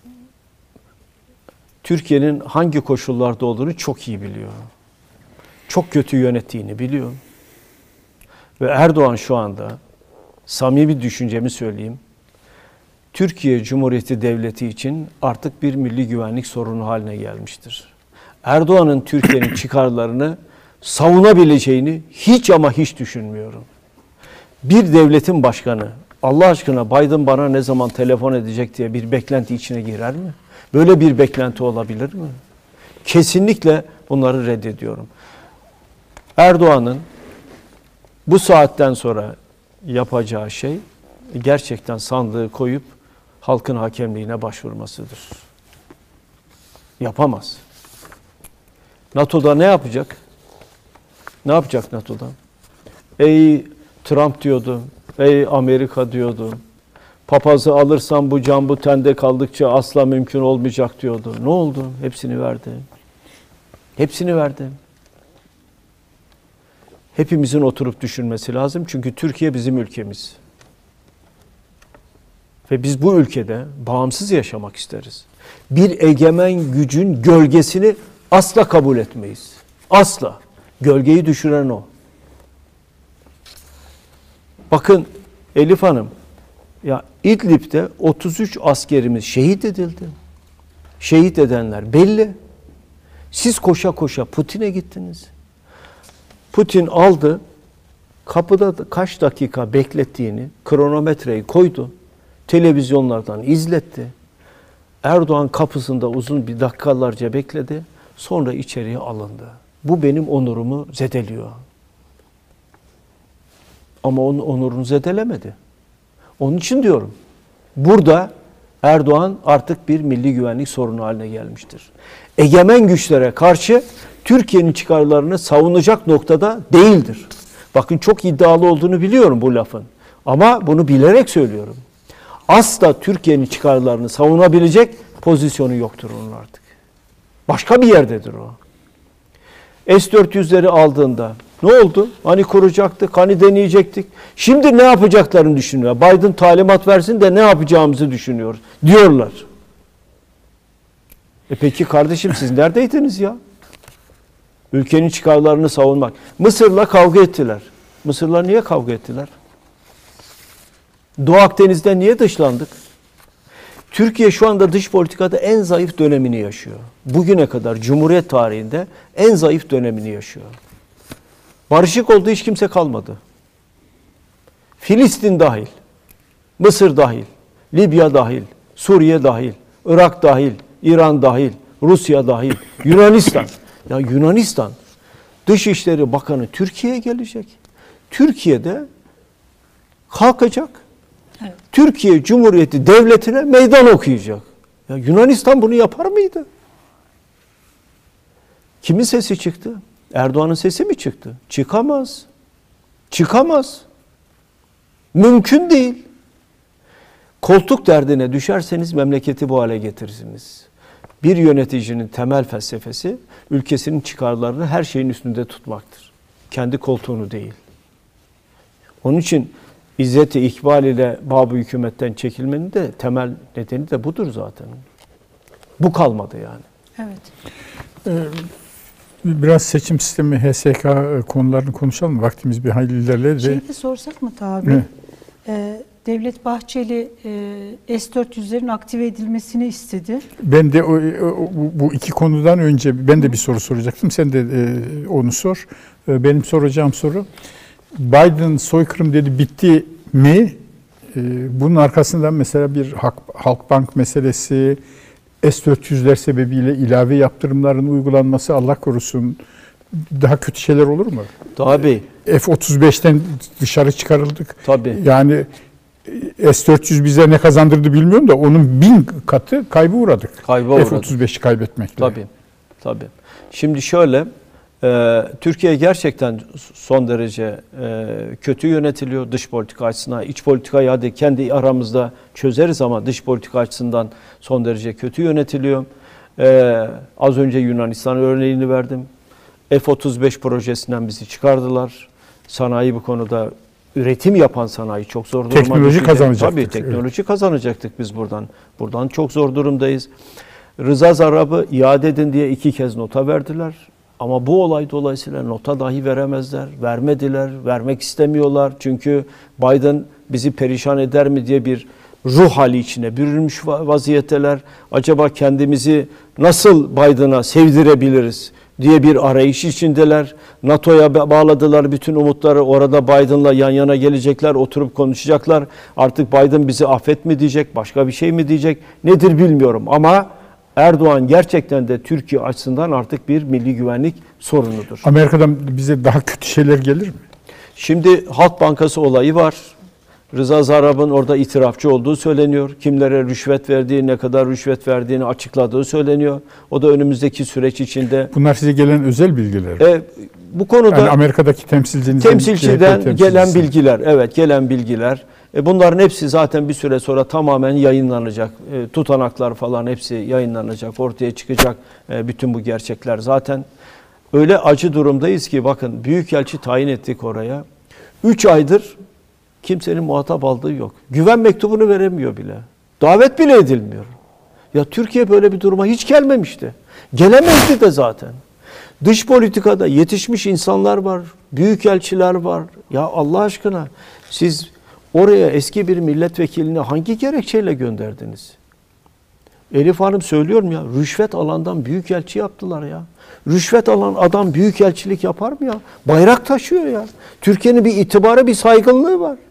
Türkiye'nin hangi koşullarda olduğunu çok iyi biliyor. Çok kötü yönettiğini biliyor. Ve Erdoğan şu anda, samimi düşüncemi söyleyeyim, Türkiye Cumhuriyeti Devleti için artık bir milli güvenlik sorunu haline gelmiştir. Erdoğan'ın Türkiye'nin çıkarlarını savunabileceğini hiç ama hiç düşünmüyorum. Bir devletin başkanı, Allah aşkına Biden bana ne zaman telefon edecek diye bir beklenti içine girer mi? Böyle bir beklenti olabilir mi? Kesinlikle bunları reddediyorum. Erdoğan'ın bu saatten sonra yapacağı şey gerçekten sandığı koyup halkın hakemliğine başvurmasıdır. Yapamaz. NATO'da ne yapacak? Ne yapacak NATO'da? Ey Trump diyordu, ey Amerika diyordu. Papazı alırsam bu can bu tende kaldıkça asla mümkün olmayacak diyordu. Ne oldu? Hepsini verdi. Hepsini verdi. Hepimizin oturup düşünmesi lazım. Çünkü Türkiye bizim ülkemiz. Ve biz bu ülkede bağımsız yaşamak isteriz. Bir egemen gücün gölgesini asla kabul etmeyiz. Asla. Gölgeyi düşüren o. Bakın Elif Hanım, ya İdlib'de 33 askerimiz şehit edildi. Şehit edenler belli. Siz koşa koşa Putin'e gittiniz. Putin aldı, kapıda kaç dakika beklettiğini, kronometreyi koydu, televizyonlardan izletti. Erdoğan kapısında uzun bir dakikalarca bekledi, sonra içeriye alındı. Bu benim onurumu zedeliyor. Ama onun onurunu zedelemedi. Onun için diyorum, burada Erdoğan artık bir milli güvenlik sorunu haline gelmiştir. Egemen güçlere karşı Türkiye'nin çıkarlarını savunacak noktada değildir. Bakın çok iddialı olduğunu biliyorum bu lafın. Ama bunu bilerek söylüyorum. Asla Türkiye'nin çıkarlarını savunabilecek pozisyonu yoktur onun artık. Başka bir yerdedir o. S-400'leri aldığında ne oldu? Hani kuracaktık, hani deneyecektik. Şimdi ne yapacaklarını düşünüyor. Biden talimat versin de ne yapacağımızı düşünüyor diyorlar. Peki kardeşim siz neredeydiniz ya? Ülkenin çıkarlarını savunmak. Mısır'la kavga ettiler. Mısır'la niye kavga ettiler? Doğu Akdeniz'den niye dışlandık? Türkiye şu anda dış politikada en zayıf dönemini yaşıyor. Bugüne kadar Cumhuriyet tarihinde en zayıf dönemini yaşıyor. Barışık olduğu hiç kimse kalmadı. Filistin dahil, Mısır dahil, Libya dahil, Suriye dahil, Irak dahil, İran dahil, Rusya dahil, Yunanistan. Ya Yunanistan Dışişleri Bakanı Türkiye'ye gelecek. Türkiye'de kalkacak. Evet. Türkiye Cumhuriyeti Devleti'ne meydan okuyacak. Ya Yunanistan bunu yapar mıydı? Kimin sesi çıktı? Erdoğan'ın sesi mi çıktı? Çıkamaz. Çıkamaz. Mümkün değil. Koltuk derdine düşerseniz memleketi bu hale getirirsiniz. Bir yöneticinin temel felsefesi ülkesinin çıkarlarını her şeyin üstünde tutmaktır. Kendi koltuğunu değil. Onun için İzzet-i İkbal ile Babı hükümetten çekilmenin de temel nedeni de budur zaten. Bu kalmadı yani. Evet. Biraz seçim sistemi, HSK konularını konuşalım. Vaktimiz bir hayli ilerledi. Şeyi de sorsak mı tabi? Devlet Bahçeli S-400'lerin aktive edilmesini istedi. Ben de bu iki konudan önce ben de bir soru soracaktım. Sen de onu sor. Benim soracağım soru, Biden soykırım dedi, bitti mi? Bunun arkasından mesela bir Halkbank meselesi, S-400'ler sebebiyle ilave yaptırımların uygulanması, Allah korusun, daha kötü şeyler olur mu? Tabii. F-35'ten dışarı çıkarıldık. Tabii. Yani S-400 bize ne kazandırdı bilmiyorum da onun 1000 katı kaybı uğradık. F-35'i kaybetmekle. Tabii. Tabii. Şimdi şöyle, Türkiye gerçekten son derece kötü yönetiliyor dış politika açısından. İç politikayı hadi kendi aramızda çözeriz ama dış politika açısından son derece kötü yönetiliyor. Az önce Yunanistan örneğini verdim. F-35 projesinden bizi çıkardılar. Sanayi bu konuda, üretim yapan sanayi çok zor durumda. Teknoloji kazanacaktık. Tabii teknoloji kazanacaktık biz buradan. Buradan çok zor durumdayız. Rıza Zarrab'ı iade edin diye 2 kez nota verdiler. Ama bu olay dolayısıyla nota dahi veremezler. Vermediler, vermek istemiyorlar. Çünkü Biden bizi perişan eder mi diye bir ruh hali içine bürünmüş vaziyetteler. Acaba kendimizi nasıl Biden'a sevdirebiliriz diye bir arayış içindeler. NATO'ya bağladılar bütün umutları. Orada Biden'la yan yana gelecekler, oturup konuşacaklar. Artık Biden bizi affet mi diyecek, başka bir şey mi diyecek, nedir bilmiyorum. Ama Erdoğan gerçekten de Türkiye açısından artık bir milli güvenlik sorunudur. Amerika'dan bize daha kötü şeyler gelir mi? Şimdi Halk Bankası olayı var. Rıza Zarrab'ın orada itirafçı olduğu söyleniyor. Kimlere rüşvet verdiği, ne kadar rüşvet verdiğini açıkladığı söyleniyor. O da önümüzdeki süreç içinde. Bunlar size gelen özel bilgiler. Bu konuda yani Amerika'daki temsilciden gelen bilgiler, evet gelen bilgiler. Bunların hepsi zaten bir süre sonra tamamen yayınlanacak. Tutanaklar falan hepsi yayınlanacak, ortaya çıkacak bütün bu gerçekler. Zaten öyle acı durumdayız ki bakın, büyükelçi tayin ettik oraya. 3 aydır kimsenin muhatap aldığı yok. Güven mektubunu veremiyor bile. Davet bile edilmiyor. Ya Türkiye böyle bir duruma hiç gelmemişti. Gelemezdi de zaten. Dış politikada yetişmiş insanlar var, büyükelçiler var. Ya Allah aşkına siz oraya eski bir milletvekilini hangi gerekçeyle gönderdiniz? Elif Hanım söylüyorum ya, rüşvet alandan büyükelçi yaptılar ya. Rüşvet alan adam büyükelçilik yapar mı ya? Bayrak taşıyor ya. Türkiye'nin bir itibarı, bir saygınlığı var.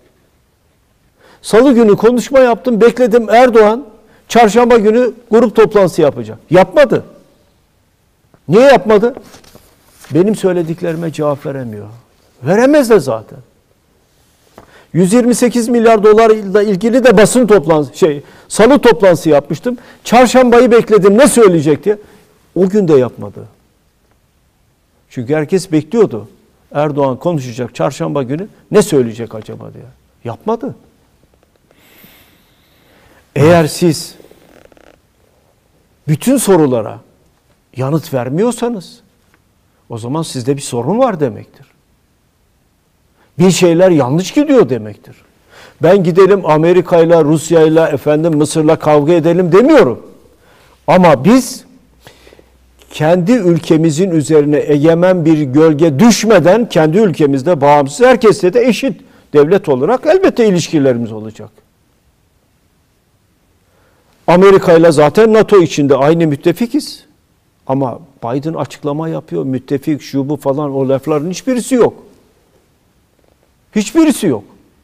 Salı günü konuşma yaptım, bekledim Erdoğan çarşamba günü grup toplantısı yapacak. Yapmadı. Niye yapmadı? Benim söylediklerime cevap veremiyor. Veremez de zaten. 128 milyar dolarla ilgili de basın toplantısı, Salı toplantısı yapmıştım. Çarşambayı bekledim ne söyleyecek diye. O gün de yapmadı. Çünkü herkes bekliyordu. Erdoğan konuşacak çarşamba günü ne söyleyecek acaba diye. Yapmadı. Eğer siz bütün sorulara yanıt vermiyorsanız o zaman sizde bir sorun var demektir. Bir şeyler yanlış gidiyor demektir. Ben gidelim Amerika'yla, Rusya'yla, Mısır'la kavga edelim demiyorum. Ama biz kendi ülkemizin üzerine egemen bir gölge düşmeden kendi ülkemizde bağımsız herkesle de eşit devlet olarak elbette ilişkilerimiz olacak. Amerika'yla zaten NATO içinde aynı müttefikiz. Ama Biden açıklama yapıyor. Müttefik, şu bu falan o lafların hiçbirisi yok. Hiçbirisi yok.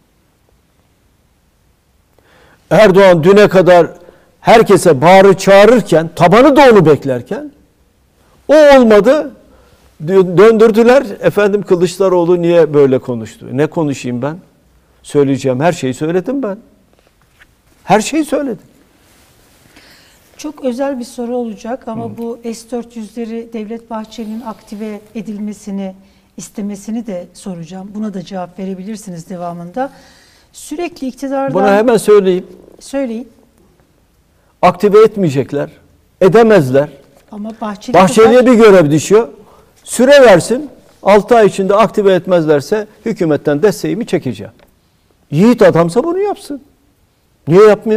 Erdoğan düne kadar herkese bağırı çağırırken, tabanı da onu beklerken o olmadı. Döndürdüler. Kılıçdaroğlu niye böyle konuştu? Ne konuşayım ben? Söyleyeceğim her şeyi söyledim ben. Her şeyi söyledim. Çok özel bir soru olacak ama bu S-400'leri Devlet Bahçeli'nin aktive edilmesini istemesini de soracağım. Buna da cevap verebilirsiniz devamında. Sürekli iktidardan... Buna hemen söyleyeyim. Söyleyin. Aktive etmeyecekler. Edemezler. Ama Bahçeli'ye bir görev düşüyor. Süre versin. 6 ay içinde aktive etmezlerse hükümetten desteğimi çekeceğim. Yiğit adamsa bunu yapsın. Niye yapmıyor?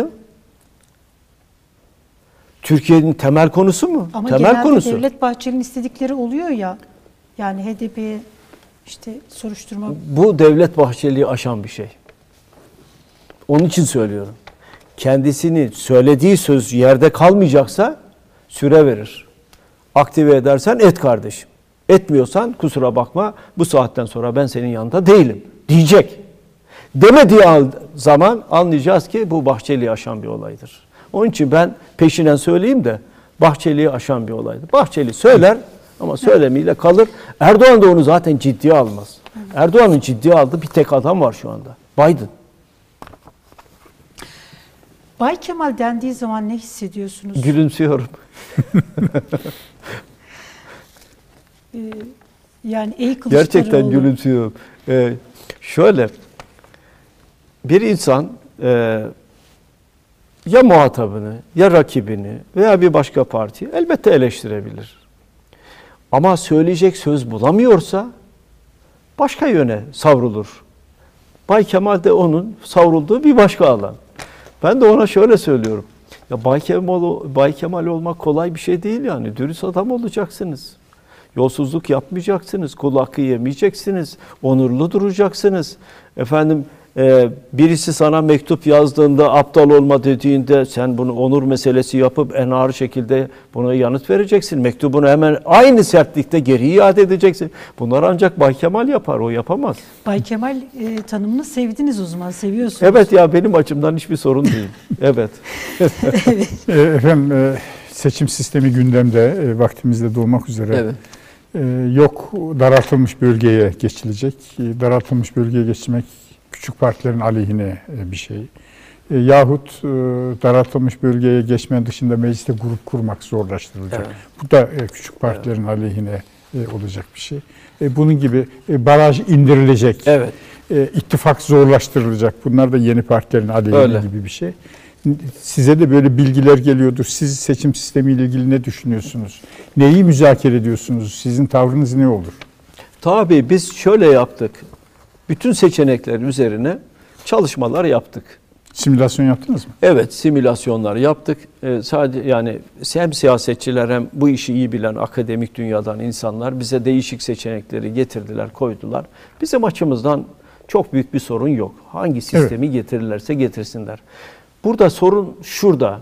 Türkiye'nin temel konusu mu? Ama temel genelde konusu. Devlet Bahçeli'nin istedikleri oluyor ya. Yani HDP'ye işte soruşturma... Bu Devlet Bahçeli'yi aşan bir şey. Onun için söylüyorum. Kendisini söylediği söz yerde kalmayacaksa süre verir. Aktive edersen et kardeşim. Etmiyorsan kusura bakma bu saatten sonra ben senin yanında değilim diyecek. Demediği zaman anlayacağız ki bu Bahçeli'yi aşan bir olaydır. Onun için ben peşinen söyleyeyim de Bahçeli'yi aşan bir olaydır. Bahçeli söyler ama söylemiyle kalır. Erdoğan da onu zaten ciddiye almaz. Erdoğan'ın ciddiye aldığı bir tek adam var şu anda. Biden. Bay Kemal dendiği zaman ne hissediyorsunuz? Gülümsüyorum. Yani ey Kılıçdaroğlu. Gerçekten gülümsüyorum. Şöyle bir insan ya muhatabını ya rakibini veya bir başka partiyi elbette eleştirebilir. Ama söyleyecek söz bulamıyorsa başka yöne savrulur. Bay Kemal de onun savrulduğu bir başka alan. Ben de ona şöyle söylüyorum. Ya Bay Kemal olmak kolay bir şey değil yani. Dürüst adam olacaksınız. Yolsuzluk yapmayacaksınız. Kul hakkı yemeyeceksiniz. Onurlu duracaksınız. Birisi sana mektup yazdığında aptal olma dediğinde sen bunu onur meselesi yapıp en ağır şekilde buna yanıt vereceksin. Mektubunu hemen aynı sertlikte geri iade edeceksin. Bunlar ancak Bay Kemal yapar. O yapamaz. Bay Kemal tanımını sevdiniz o zaman. Seviyorsunuz. Evet ya benim açımdan hiçbir sorun değil. Evet. Efendim seçim sistemi gündemde vaktimizde dolmak üzere. Evet. Yok daraltılmış bölgeye geçilecek. Daraltılmış bölgeye geçmek küçük partilerin aleyhine bir şey. Yahut daraltılmış bölgeye geçmenin dışında mecliste grup kurmak zorlaştırılacak. Evet. Bu da küçük partilerin aleyhine olacak bir şey. Bunun gibi baraj indirilecek. Evet. İttifak zorlaştırılacak. Bunlar da yeni partilerin aleyhine gibi bir şey. Size de böyle bilgiler geliyordur. Siz seçim sistemiyle ilgili ne düşünüyorsunuz? Neyi müzakere ediyorsunuz? Sizin tavrınız ne olur? Tabii biz şöyle yaptık. Bütün seçenekler üzerine çalışmalar yaptık. Simülasyon yaptınız mı? Evet, simülasyonlar yaptık. Sadece yani hem siyasetçiler hem bu işi iyi bilen akademik dünyadan insanlar bize değişik seçenekleri getirdiler, koydular. Bizim açımızdan çok büyük bir sorun yok. Hangi sistemi getirirlerse getirsinler. Burada sorun şurada.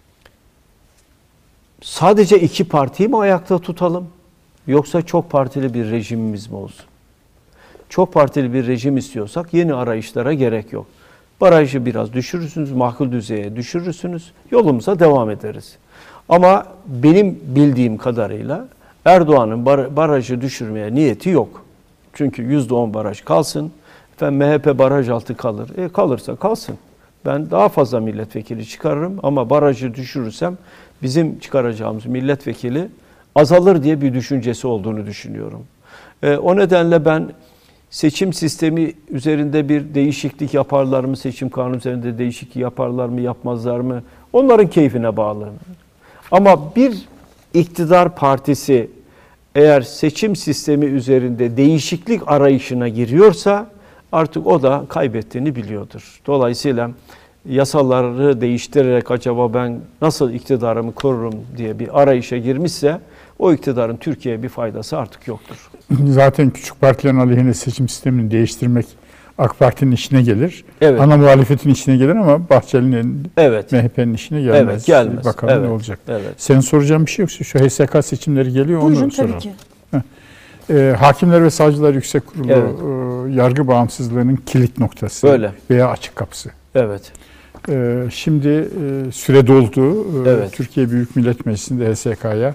Sadece iki partiyi mi ayakta tutalım? Yoksa çok partili bir rejimimiz mi olsun? Çok partili bir rejim istiyorsak yeni arayışlara gerek yok. Barajı biraz düşürürsünüz, makul düzeye düşürürsünüz, yolumuza devam ederiz. Ama benim bildiğim kadarıyla Erdoğan'ın barajı düşürmeye niyeti yok. Çünkü %10 baraj kalsın, MHP baraj altı kalır. Kalırsa kalsın. Ben daha fazla milletvekili çıkarırım ama barajı düşürürsem bizim çıkaracağımız milletvekili azalır diye bir düşüncesi olduğunu düşünüyorum. O nedenle ben seçim sistemi üzerinde bir değişiklik yaparlar mı, seçim kanunu üzerinde değişiklik yaparlar mı, yapmazlar mı? Onların keyfine bağlı. Ama bir iktidar partisi eğer seçim sistemi üzerinde değişiklik arayışına giriyorsa artık o da kaybettiğini biliyordur. Dolayısıyla yasaları değiştirerek acaba ben nasıl iktidarımı korurum diye bir arayışa girmişse o iktidarın Türkiye'ye bir faydası artık yoktur. Zaten küçük partilerin aleyhine seçim sistemini değiştirmek AK Parti'nin işine gelir. Evet. Ana muhalefetin işine gelir ama Bahçeli'nin, Evet. MHP'nin işine gelmez. Evet, gelmez. Bakalım Evet. ne olacak. Evet. Senin soracağın bir şey yoksa şu HSK seçimleri geliyor, Buyurun onu tabii soralım. ki. Hakimler ve Savcılar Yüksek Kurulu Evet. yargı bağımsızlığının kilit noktası Böyle. veya açık kapısı. Evet. Şimdi süre doldu. Evet. Türkiye Büyük Millet Meclisi'nde HSK'ya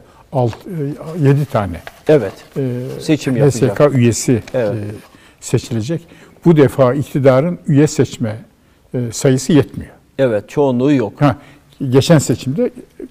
7 tane Evet. Seçim yapacak. HSK üyesi Evet. seçilecek. Bu defa iktidarın üye seçme sayısı yetmiyor. Evet, çoğunluğu yok. Geçen seçimde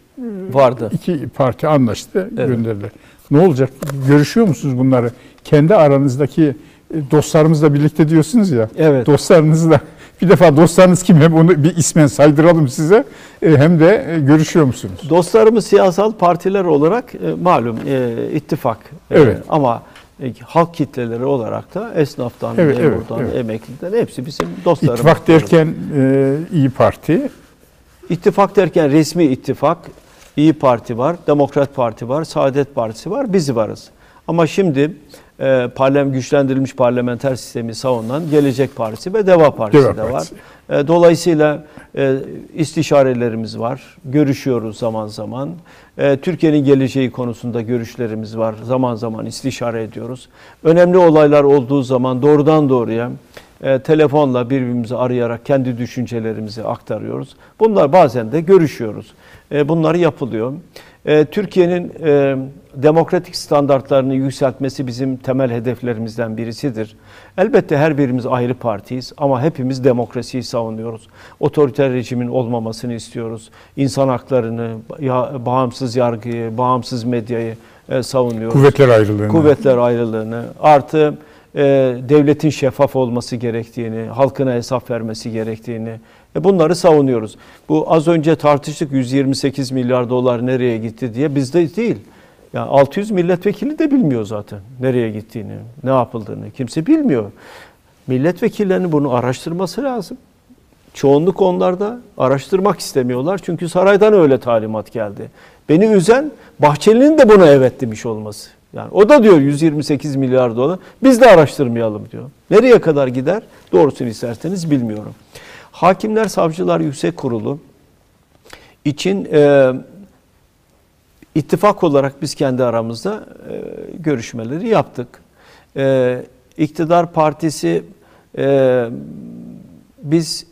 Vardı. 2 parti anlaştı, Evet. gönderdiler. Ne olacak? Görüşüyor musunuz bunları? Kendi aranızdaki dostlarımızla birlikte diyorsunuz ya. Evet. Dostlarınızla. Bir defa dostlarınız kim? Hem onu bir ismen saydıralım size. Hem de görüşüyor musunuz? Dostlarımız siyasal partiler olarak malum ittifak. Evet. Ama halk kitleleri olarak da esnaftan, Evet, memurdan, evet. emekliden hepsi bizim dostlarımız. İttifak derken İyi Parti. İttifak derken resmi ittifak, İyi Parti var, Demokrat Parti var, Saadet Partisi var, biz varız. Ama şimdi güçlendirilmiş parlamenter sistemi savunan Gelecek Partisi ve Deva Partisi de var. Dolayısıyla istişarelerimiz var, görüşüyoruz zaman zaman. Türkiye'nin geleceği konusunda görüşlerimiz var, zaman zaman istişare ediyoruz. Önemli olaylar olduğu zaman doğrudan doğruya telefonla birbirimizi arayarak kendi düşüncelerimizi aktarıyoruz. Bunlar bazen de görüşüyoruz. Bunlar yapılıyor. Türkiye'nin demokratik standartlarını yükseltmesi bizim temel hedeflerimizden birisidir. Elbette her birimiz ayrı partiyiz ama hepimiz demokrasiyi savunuyoruz. Otoriter rejimin olmamasını istiyoruz. İnsan haklarını, bağımsız yargıyı, bağımsız medyayı savunuyoruz. Kuvvetler ayrılığını. Artı devletin şeffaf olması gerektiğini, halkına hesap vermesi gerektiğini bunları savunuyoruz. Bu az önce tartıştık 128 milyar dolar nereye gitti diye bizde değil. Yani 600 milletvekili de bilmiyor zaten nereye gittiğini, ne yapıldığını kimse bilmiyor. Milletvekillerinin bunu araştırması lazım. Çoğunluk onlarda araştırmak istemiyorlar çünkü saraydan öyle talimat geldi. Beni üzen Bahçeli'nin de buna evet demiş olması. Yani o da diyor 128 milyar dolar. Biz de araştırmayalım diyor. Nereye kadar gider? Doğrusunu isterseniz bilmiyorum. Hakimler Savcılar Yüksek Kurulu için ittifak olarak biz kendi aramızda görüşmeleri yaptık. İktidar Partisi biz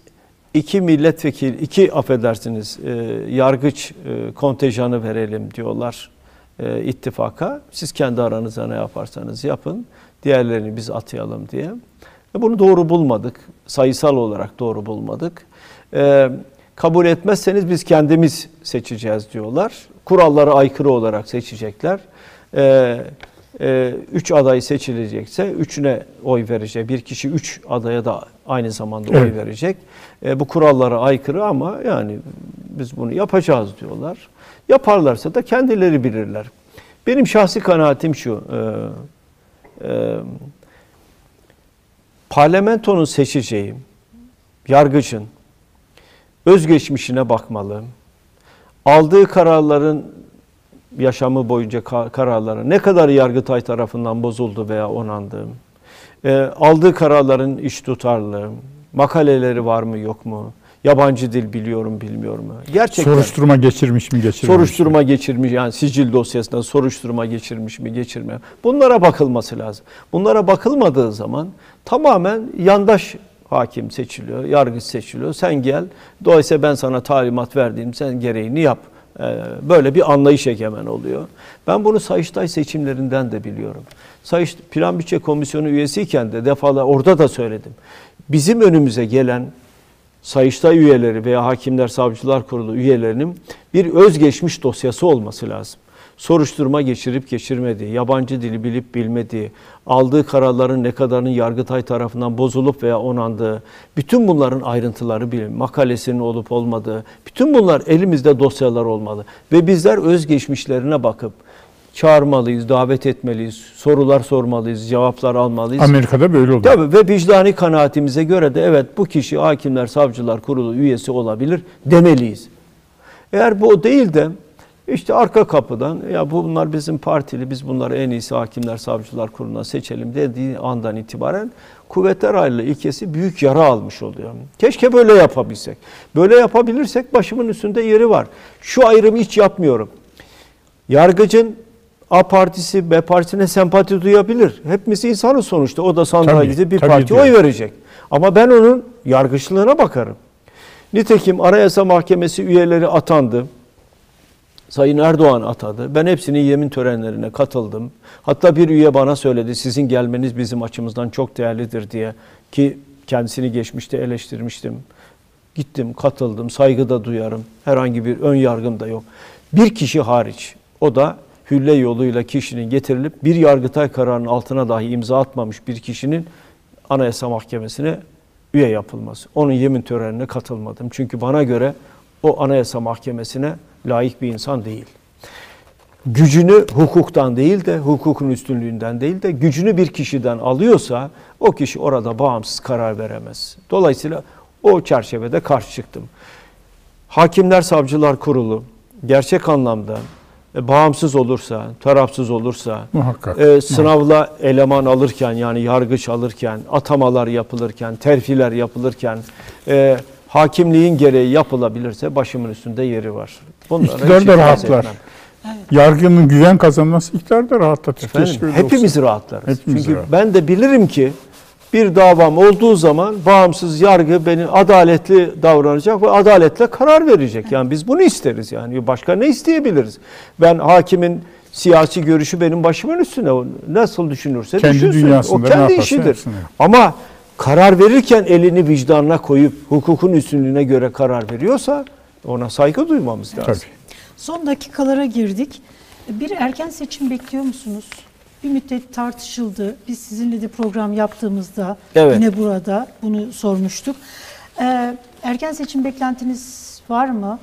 yargıç kontenjanı verelim diyorlar ittifaka. Siz kendi aranızda ne yaparsanız yapın, diğerlerini biz atayalım diye. Bunu doğru bulmadık, sayısal olarak doğru bulmadık. Kabul etmezseniz biz kendimiz seçeceğiz diyorlar. Kurallara aykırı olarak seçecekler. 3 aday seçilecekse 3'üne oy verecek. Bir kişi 3 adaya da aynı zamanda oy verecek. Bu kurallara aykırı ama yani biz bunu yapacağız diyorlar. Yaparlarsa da kendileri bilirler. Benim şahsi kanaatim şu. Parlamentonun seçeceği yargıcın özgeçmişine bakmalı. Aldığı kararların yaşamı boyunca kararları ne kadar Yargıtay tarafından bozuldu veya onandı. Aldığı kararların iş tutarlı, makaleleri var mı yok mu? Yabancı dil biliyor mu bilmiyor mu? Gerçekten soruşturma geçirmiş mi geçirmemiş soruşturma geçirmiş yani sicil dosyasında soruşturma geçirmiş mi geçirmiyor. Bunlara bakılması lazım. Bunlara bakılmadığı zaman tamamen yandaş hakim seçiliyor, yargıç seçiliyor. Sen gel, dolayısıyla ben sana talimat verdiğim sen gereğini yap. Böyle bir anlayış egemen oluyor. Ben bunu Sayıştay seçimlerinden de biliyorum. Plan Bütçe Komisyonu üyesiyken de defalarca orada da söyledim. Bizim önümüze gelen Sayıştay üyeleri veya Hakimler Savcılar Kurulu üyelerinin bir özgeçmiş dosyası olması lazım. Soruşturma geçirip geçirmediği, yabancı dili bilip bilmediği, aldığı kararların ne kadarının Yargıtay tarafından bozulup veya onandığı, bütün bunların ayrıntıları bilim, makalesinin olup olmadığı, bütün bunlar elimizde dosyalar olmalı. Ve bizler özgeçmişlerine bakıp çağırmalıyız, davet etmeliyiz, sorular sormalıyız, cevaplar almalıyız. Amerika'da böyle oluyor. Tabii ve vicdani kanaatimize göre de evet bu kişi Hakimler Savcılar Kurulu üyesi olabilir demeliyiz. Eğer bu değil de işte arka kapıdan ya bunlar bizim partili, biz bunları en iyisi Hakimler Savcılar Kurulu'na seçelim dediği andan itibaren kuvvetler ayrılığı ilkesi büyük yara almış oluyor. Keşke böyle yapabilsek. Böyle yapabilirsek başımın üstünde yeri var. Şu ayrımı hiç yapmıyorum. Yargıcın A partisi, B partisine sempati duyabilir. Hepimiz insanız sonuçta. O da sandığa gidip bir parti oy verecek. Ama ben onun yargıçlığına bakarım. Nitekim Anayasa Mahkemesi üyeleri atandı. Sayın Erdoğan atadı. Ben hepsinin yemin törenlerine katıldım. Hatta bir üye bana söyledi, sizin gelmeniz bizim açımızdan çok değerlidir diye. Ki kendisini geçmişte eleştirmiştim. Gittim, katıldım, saygı da duyarım. Herhangi bir ön yargım da yok. Bir kişi hariç, o da hülle yoluyla kişinin getirilip bir Yargıtay kararının altına dahi imza atmamış bir kişinin Anayasa Mahkemesi'ne üye yapılması. Onun yemin törenine katılmadım. Çünkü bana göre o Anayasa Mahkemesi'ne layık bir insan değil. Gücünü hukuktan değil de, hukukun üstünlüğünden değil de gücünü bir kişiden alıyorsa o kişi orada bağımsız karar veremez. Dolayısıyla o çerçevede karşı çıktım. Hakimler Savcılar Kurulu gerçek anlamda bağımsız olursa, tarafsız olursa, muhakkak, sınavla eleman alırken yani yargıç alırken, atamalar yapılırken, terfiler yapılırken, hakimliğin gereği yapılabilirse başımın üstünde yeri var. İktidar da rahatlar. Evet. Yargının güven kazanması iktidar da rahatlatır. Efendim, hepimiz rahatlarız. Hepimiz Çünkü rahat. ben de bilirim ki bir davam olduğu zaman bağımsız yargı beni adaletli davranacak ve adaletle karar verecek. Yani biz bunu isteriz yani. Başka ne isteyebiliriz? Ben hakimin siyasi görüşü benim başımın üstüne. O nasıl düşünürse kendi düşünsün. dünyasında o kendi işidir. Ama karar verirken elini vicdanına koyup hukukun üstünlüğüne göre karar veriyorsa ona saygı duymamız lazım. Tabii. Son dakikalara girdik. Bir erken seçim bekliyor musunuz? Bir müddet tartışıldı. Biz sizinle de program yaptığımızda yine burada bunu sormuştuk. Erken seçim beklentiniz var mı?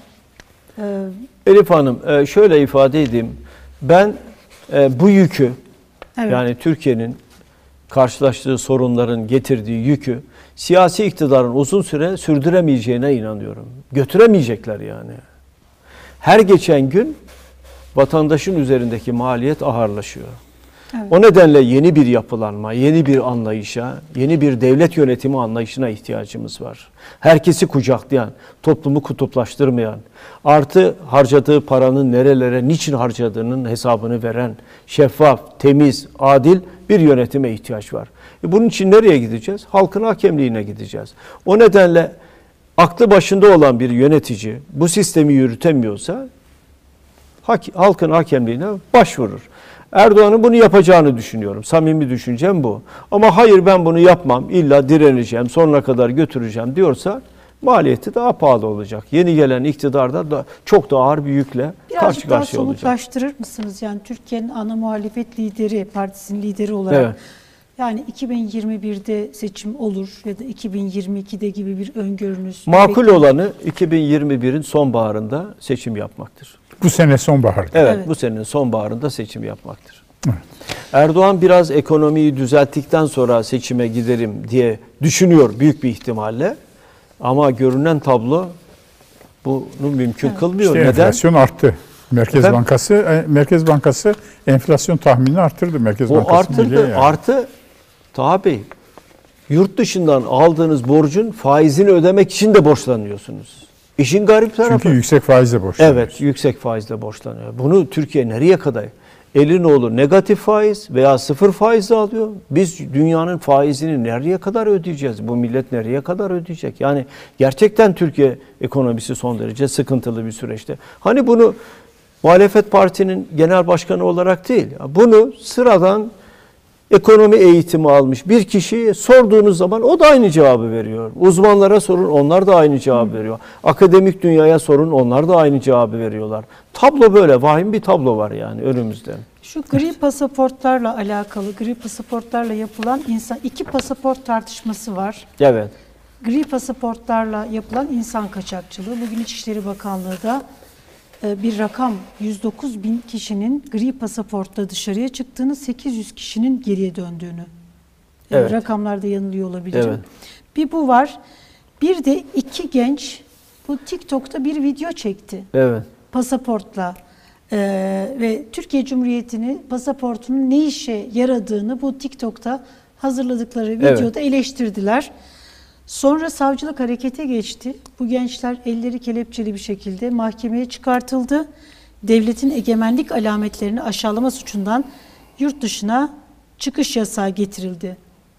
Elif Hanım şöyle ifade edeyim. Ben bu yükü yani Türkiye'nin karşılaştığı sorunların getirdiği yükü siyasi iktidarın uzun süre sürdüremeyeceğine inanıyorum. Götüremeyecekler yani. Her geçen gün vatandaşın üzerindeki maliyet ağırlaşıyor. Evet. O nedenle yeni bir yapılanma, yeni bir anlayışa, yeni bir devlet yönetimi anlayışına ihtiyacımız var. Herkesi kucaklayan, toplumu kutuplaştırmayan, artı harcadığı paranın nerelere, niçin harcadığının hesabını veren, şeffaf, temiz, adil bir yönetime ihtiyaç var. Bunun için nereye gideceğiz? Halkın hakemliğine gideceğiz. O nedenle aklı başında olan bir yönetici bu sistemi yürütemiyorsa halkın hakemliğine başvurur. Erdoğan'ın bunu yapacağını düşünüyorum. Samimi düşüncem bu. Ama hayır ben bunu yapmam, illa direneceğim, sonuna kadar götüreceğim diyorsa maliyeti daha pahalı olacak. Yeni gelen iktidarda da çok da ağır bir yükle karşı karşıya olacak. Birazcık daha somutlaştırır mısınız? Yani Türkiye'nin ana muhalefet lideri, partisinin lideri olarak yani 2021'de seçim olur ya da 2022'de gibi bir öngörünüz. Makul olanı 2021'in sonbaharında seçim yapmaktır. Bu sene sonbaharda. Evet, bu senenin sonbaharında seçim yapmaktır. Evet. Erdoğan biraz ekonomiyi düzelttikten sonra seçime giderim diye düşünüyor büyük bir ihtimalle. Ama tablo bunu mümkün kılmıyor. İşte neden? Enflasyon arttı. Merkez Bankası enflasyon tahminini arttırdı. Merkez Bankası arttırdı. Yani. Artı Taha Bey, yurt dışından aldığınız borcun faizini ödemek için de borçlanıyorsunuz. İşin garip tarafı. Çünkü yüksek faizle borçlanıyor. Evet, yüksek faizle borçlanıyor. Bunu Türkiye nereye kadar? Elinoğlu negatif faiz veya sıfır faizle alıyor. Biz dünyanın faizini nereye kadar ödeyeceğiz? Bu millet nereye kadar ödeyecek? Yani gerçekten Türkiye ekonomisi son derece sıkıntılı bir süreçte. Hani bunu muhalefet partinin genel başkanı olarak değil, bunu sıradan ekonomi eğitimi almış bir kişiye sorduğunuz zaman o da aynı cevabı veriyor. Uzmanlara sorun, onlar da aynı cevabı veriyor. Akademik dünyaya sorun, onlar da aynı cevabı veriyorlar. Tablo böyle, vahim bir tablo var yani önümüzde. Şu gri pasaportlarla alakalı, gri pasaportlarla yapılan iki pasaport tartışması var. Evet. Gri pasaportlarla yapılan insan kaçakçılığı. Bugün İçişleri Bakanlığı da bir rakam 109 bin kişinin gri pasaportla dışarıya çıktığını, 800 kişinin geriye döndüğünü. Evet. Rakamlarda yanılıyor olabilirim. Evet. Bir bu var. Bir de iki genç bu TikTok'ta bir video çekti. Evet. Pasaportla ve Türkiye Cumhuriyeti'nin pasaportunun ne işe yaradığını bu TikTok'ta hazırladıkları videoda eleştirdiler. Sonra savcılık harekete geçti. Bu gençler elleri kelepçeli bir şekilde mahkemeye çıkartıldı. Devletin egemenlik alametlerini aşağılama suçundan yurt dışına çıkış yasağı getirildi.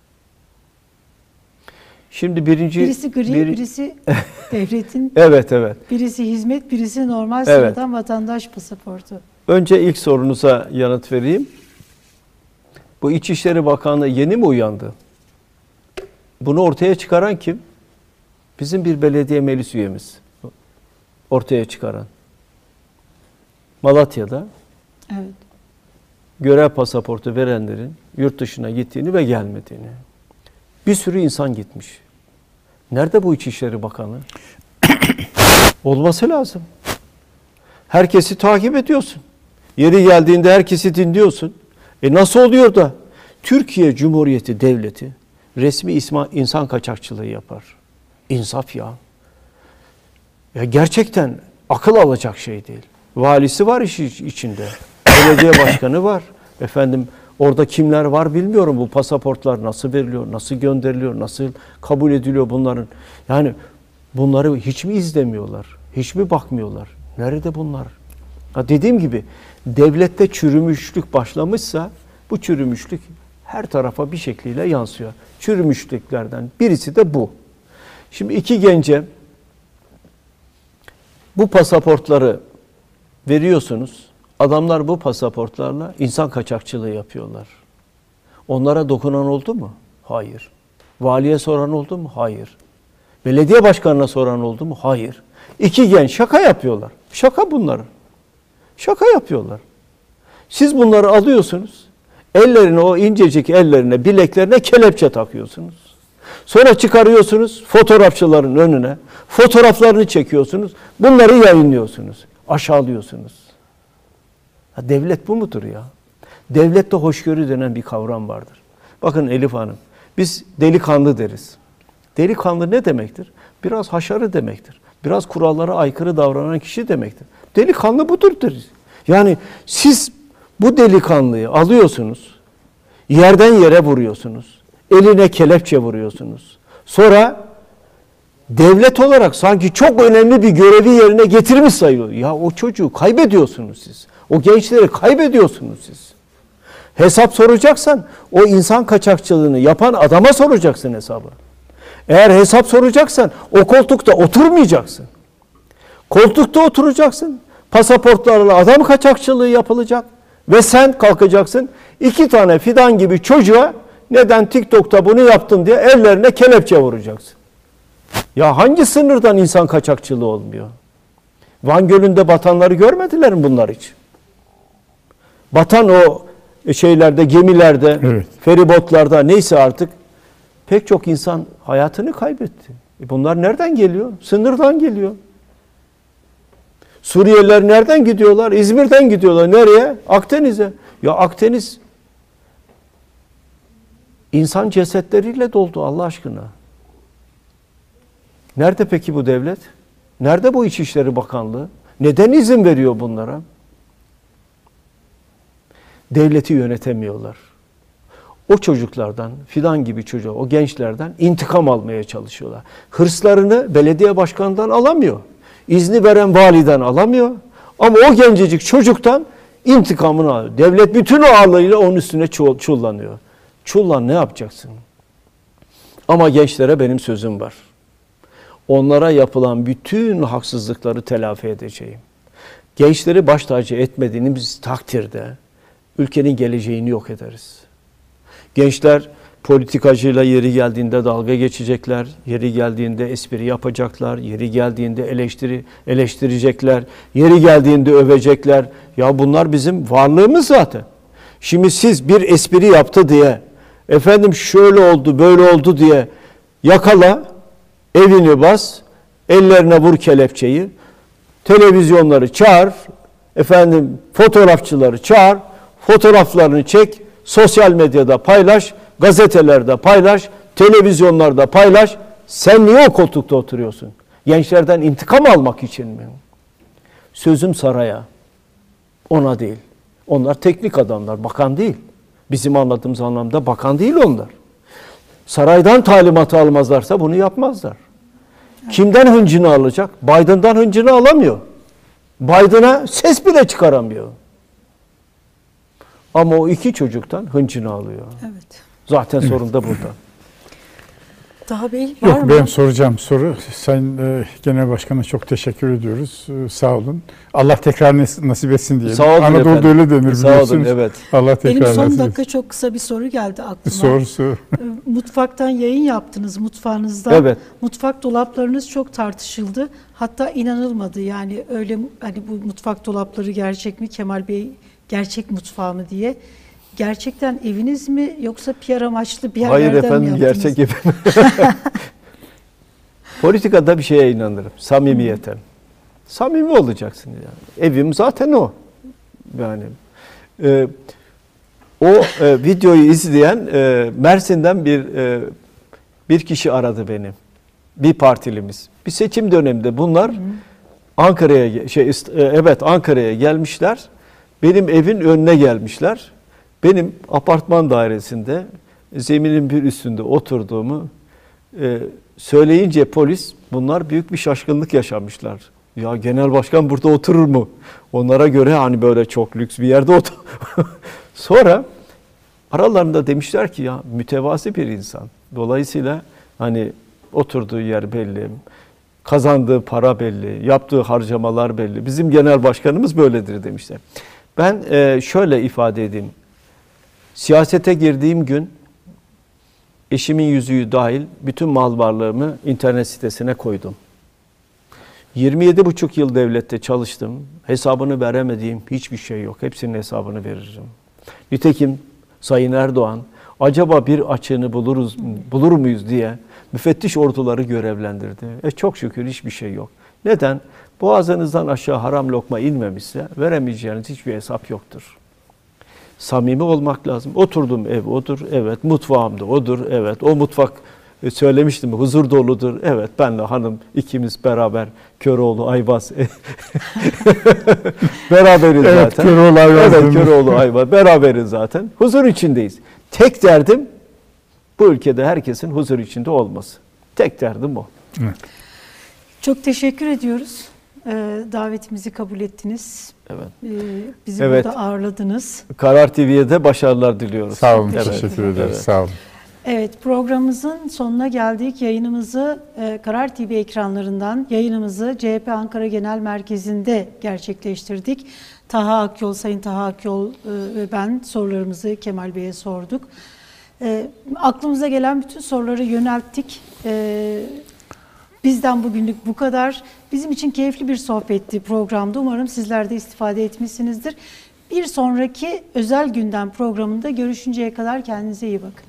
Şimdi birisi gri, birisi devletin, evet, evet. birisi hizmet, birisi normal sıradan vatandaş pasaportu. Önce ilk sorunuza yanıt vereyim. Bu İçişleri Bakanlığı yeni mi uyandı? Bunu ortaya çıkaran kim? Bizim bir belediye meclis üyemiz. Ortaya çıkaran. Malatya'da Evet. görev pasaportu verenlerin yurt dışına gittiğini ve gelmediğini. Bir sürü insan gitmiş. Nerede bu İçişleri Bakanı? Olması lazım. Herkesi takip ediyorsun. Yeri geldiğinde herkesi dinliyorsun. Nasıl oluyor da Türkiye Cumhuriyeti Devleti resmi insan kaçakçılığı yapar? İnsaf ya. Ya gerçekten akıl alacak şey değil. Valisi var işi içinde. Belediye başkanı var. Efendim orada kimler var bilmiyorum. Bu pasaportlar nasıl veriliyor, nasıl gönderiliyor, nasıl kabul ediliyor bunların. Yani bunları hiç mi izlemiyorlar? Hiç mi bakmıyorlar? Nerede bunlar? Dediğim gibi devlette çürümüşlük başlamışsa bu çürümüşlük her tarafa bir şekliyle yansıyor. Çürümüşlüklerden birisi de bu. Şimdi iki gence bu pasaportları veriyorsunuz. Adamlar bu pasaportlarla insan kaçakçılığı yapıyorlar. Onlara dokunan oldu mu? Hayır. Valiye soran oldu mu? Hayır. Belediye başkanına soran oldu mu? Hayır. İki genç şaka yapıyorlar. Şaka bunlar. Şaka yapıyorlar. Siz bunları alıyorsunuz. Ellerine, o incecik ellerine, bileklerine kelepçe takıyorsunuz. Sonra çıkarıyorsunuz fotoğrafçıların önüne. Fotoğraflarını çekiyorsunuz. Bunları yayınlıyorsunuz. Aşağılıyorsunuz. Devlet bu mudur ya? Devlette hoşgörü denen bir kavram vardır. Bakın Elif Hanım, biz delikanlı deriz. Delikanlı ne demektir? Biraz haşarı demektir. Biraz kurallara aykırı davranan kişi demektir. Delikanlı budur deriz. Yani siz bu delikanlıyı alıyorsunuz, yerden yere vuruyorsunuz, eline kelepçe vuruyorsunuz. Sonra devlet olarak sanki çok önemli bir görevi yerine getirmiş sayıyor. Ya o çocuğu kaybediyorsunuz siz. O gençleri kaybediyorsunuz siz. Hesap soracaksan o insan kaçakçılığını yapan adama soracaksın hesabı. Eğer hesap soracaksan o koltukta oturmayacaksın. Koltukta oturacaksın. Pasaportlarla adam kaçakçılığı yapılacak. Ve sen kalkacaksın 2 tane fidan gibi çocuğa neden TikTok'ta bunu yaptın diye ellerine kelepçe vuracaksın. Ya hangi sınırdan insan kaçakçılığı olmuyor? Van Gölü'nde batanları görmediler mi bunlar hiç? Batan o şeylerde, gemilerde, evet, feribotlarda neyse artık pek çok insan hayatını kaybetti. Bunlar nereden geliyor? Sınırdan geliyor. Suriyeliler nereden gidiyorlar? İzmir'den gidiyorlar. Nereye? Akdeniz'e. Ya Akdeniz insan cesetleriyle doldu Allah aşkına. Nerede peki bu devlet? Nerede bu İçişleri Bakanlığı? Neden izin veriyor bunlara? Devleti yönetemiyorlar. O çocuklardan, fidan gibi çocuğa, o gençlerden intikam almaya çalışıyorlar. Hırslarını belediye başkanından alamıyor. İzni veren validen alamıyor. Ama o gencecik çocuktan intikamını alıyor. Devlet bütün o ağırlığıyla onun üstüne çullanıyor. Çullan ne yapacaksın? Ama gençlere benim sözüm var. Onlara yapılan bütün haksızlıkları telafi edeceğim. Gençleri baş tacı etmediğimiz takdirde ülkenin geleceğini yok ederiz. Gençler politikacıyla yeri geldiğinde dalga geçecekler, yeri geldiğinde espri yapacaklar, yeri geldiğinde eleştirecekler, yeri geldiğinde övecekler. Ya bunlar bizim varlığımız zaten. Şimdi siz bir espri yaptı diye, efendim şöyle oldu, böyle oldu diye yakala, evini bas, ellerine vur kelepçeyi, televizyonları çağır, efendim fotoğrafçıları çağır, fotoğraflarını çek, sosyal medyada paylaş, gazetelerde paylaş, televizyonlarda paylaş. Sen niye o koltukta oturuyorsun? Gençlerden intikam almak için mi? Sözüm saraya, ona değil. Onlar teknik adamlar, bakan değil. Bizim anladığımız anlamda bakan değil onlar. Saraydan talimatı almazlarsa bunu yapmazlar. Kimden hıncını alacak? Biden'dan hıncını alamıyor. Biden'a ses bile çıkaramıyor. Ama o iki çocuktan hıncını alıyor. Evet. Zaten sorun da burada. Taha Bey var Yok, mı? benim soracağım soru. Sayın Genel Başkan'a çok teşekkür ediyoruz. Sağ olun. Allah tekrar nasip etsin diyelim. Sağ olun Anadolu'da efendim. öyle denir Sağ olun, biliyorsunuz. evet. Allah tekrar Benim son nasip dakika etsin. çok kısa bir soru geldi aklıma. Sorusu. Mutfaktan yayın yaptınız, mutfağınızda. Evet. Mutfak dolaplarınız çok tartışıldı. Hatta inanılmadı, yani öyle, hani bu mutfak dolapları gerçek mi, Kemal Bey gerçek mutfağı mı diye. Gerçekten eviniz mi yoksa PR amaçlı bir yerlerden Hayır mi efendim, yaptınız? gerçek evim. Politikada bir şeye inanırım. Samimiyete. Samimi olacaksın yani. Evim zaten o. Yani videoyu izleyen Mersin'den bir kişi aradı beni. Bir partilimiz. Bir seçim döneminde bunlar Ankara'ya gelmişler. Benim evin önüne gelmişler. Benim apartman dairesinde zeminin bir üstünde oturduğumu söyleyince polis, bunlar büyük bir şaşkınlık yaşamışlar. Ya genel başkan burada oturur mu? Onlara göre hani böyle çok lüks bir yerde otur. Sonra aralarında demişler ki ya mütevazi bir insan. Dolayısıyla hani oturduğu yer belli, kazandığı para belli, yaptığı harcamalar belli. Bizim genel başkanımız böyledir demişler. Ben şöyle ifade edeyim. Siyasete girdiğim gün eşimin yüzüğü dahil bütün mal varlığımı internet sitesine koydum. 27,5 yıl devlette çalıştım. Hesabını veremediğim hiçbir şey yok. Hepsinin hesabını veririm. Nitekim Sayın Erdoğan acaba bir açığını bulur muyuz diye müfettiş orduları görevlendirdi. Çok şükür hiçbir şey yok. Neden? Boğazınızdan aşağı haram lokma inmemişse veremeyeceğiniz hiçbir hesap yoktur. Samimi olmak lazım. Oturduğum ev odur. Evet. Mutfağım da odur. Evet. O mutfak söylemiştim, huzur doludur. Evet. Benle hanım ikimiz beraber Köroğlu, Ayvaz beraberiz Evet, zaten. Köroğlu, Ayvaz. Evet, Köroğlu, Ayvaz beraberiz zaten. Huzur içindeyiz. Tek derdim bu ülkede herkesin huzur içinde olması. Tek derdim o. Evet. Çok teşekkür ediyoruz. Davetimizi kabul ettiniz. Evet. Bizi Evet. burada ağırladınız. Karar TV'ye de başarılar diliyoruz. Sağ olun. Evet. Teşekkür ederiz. Evet. Sağ olun. Evet, programımızın sonuna geldik. Yayınımızı Karar TV ekranlarından, yayınımızı CHP Ankara Genel Merkezi'nde gerçekleştirdik. Sayın Taha Akyol ve ben sorularımızı Kemal Bey'e sorduk. Aklımıza gelen bütün soruları yönelttik. Bizden bugünlük bu kadar. Bizim için keyifli bir sohbetti programda. Umarım sizler de istifade etmişsinizdir. Bir sonraki özel gündem programında görüşünceye kadar kendinize iyi bakın.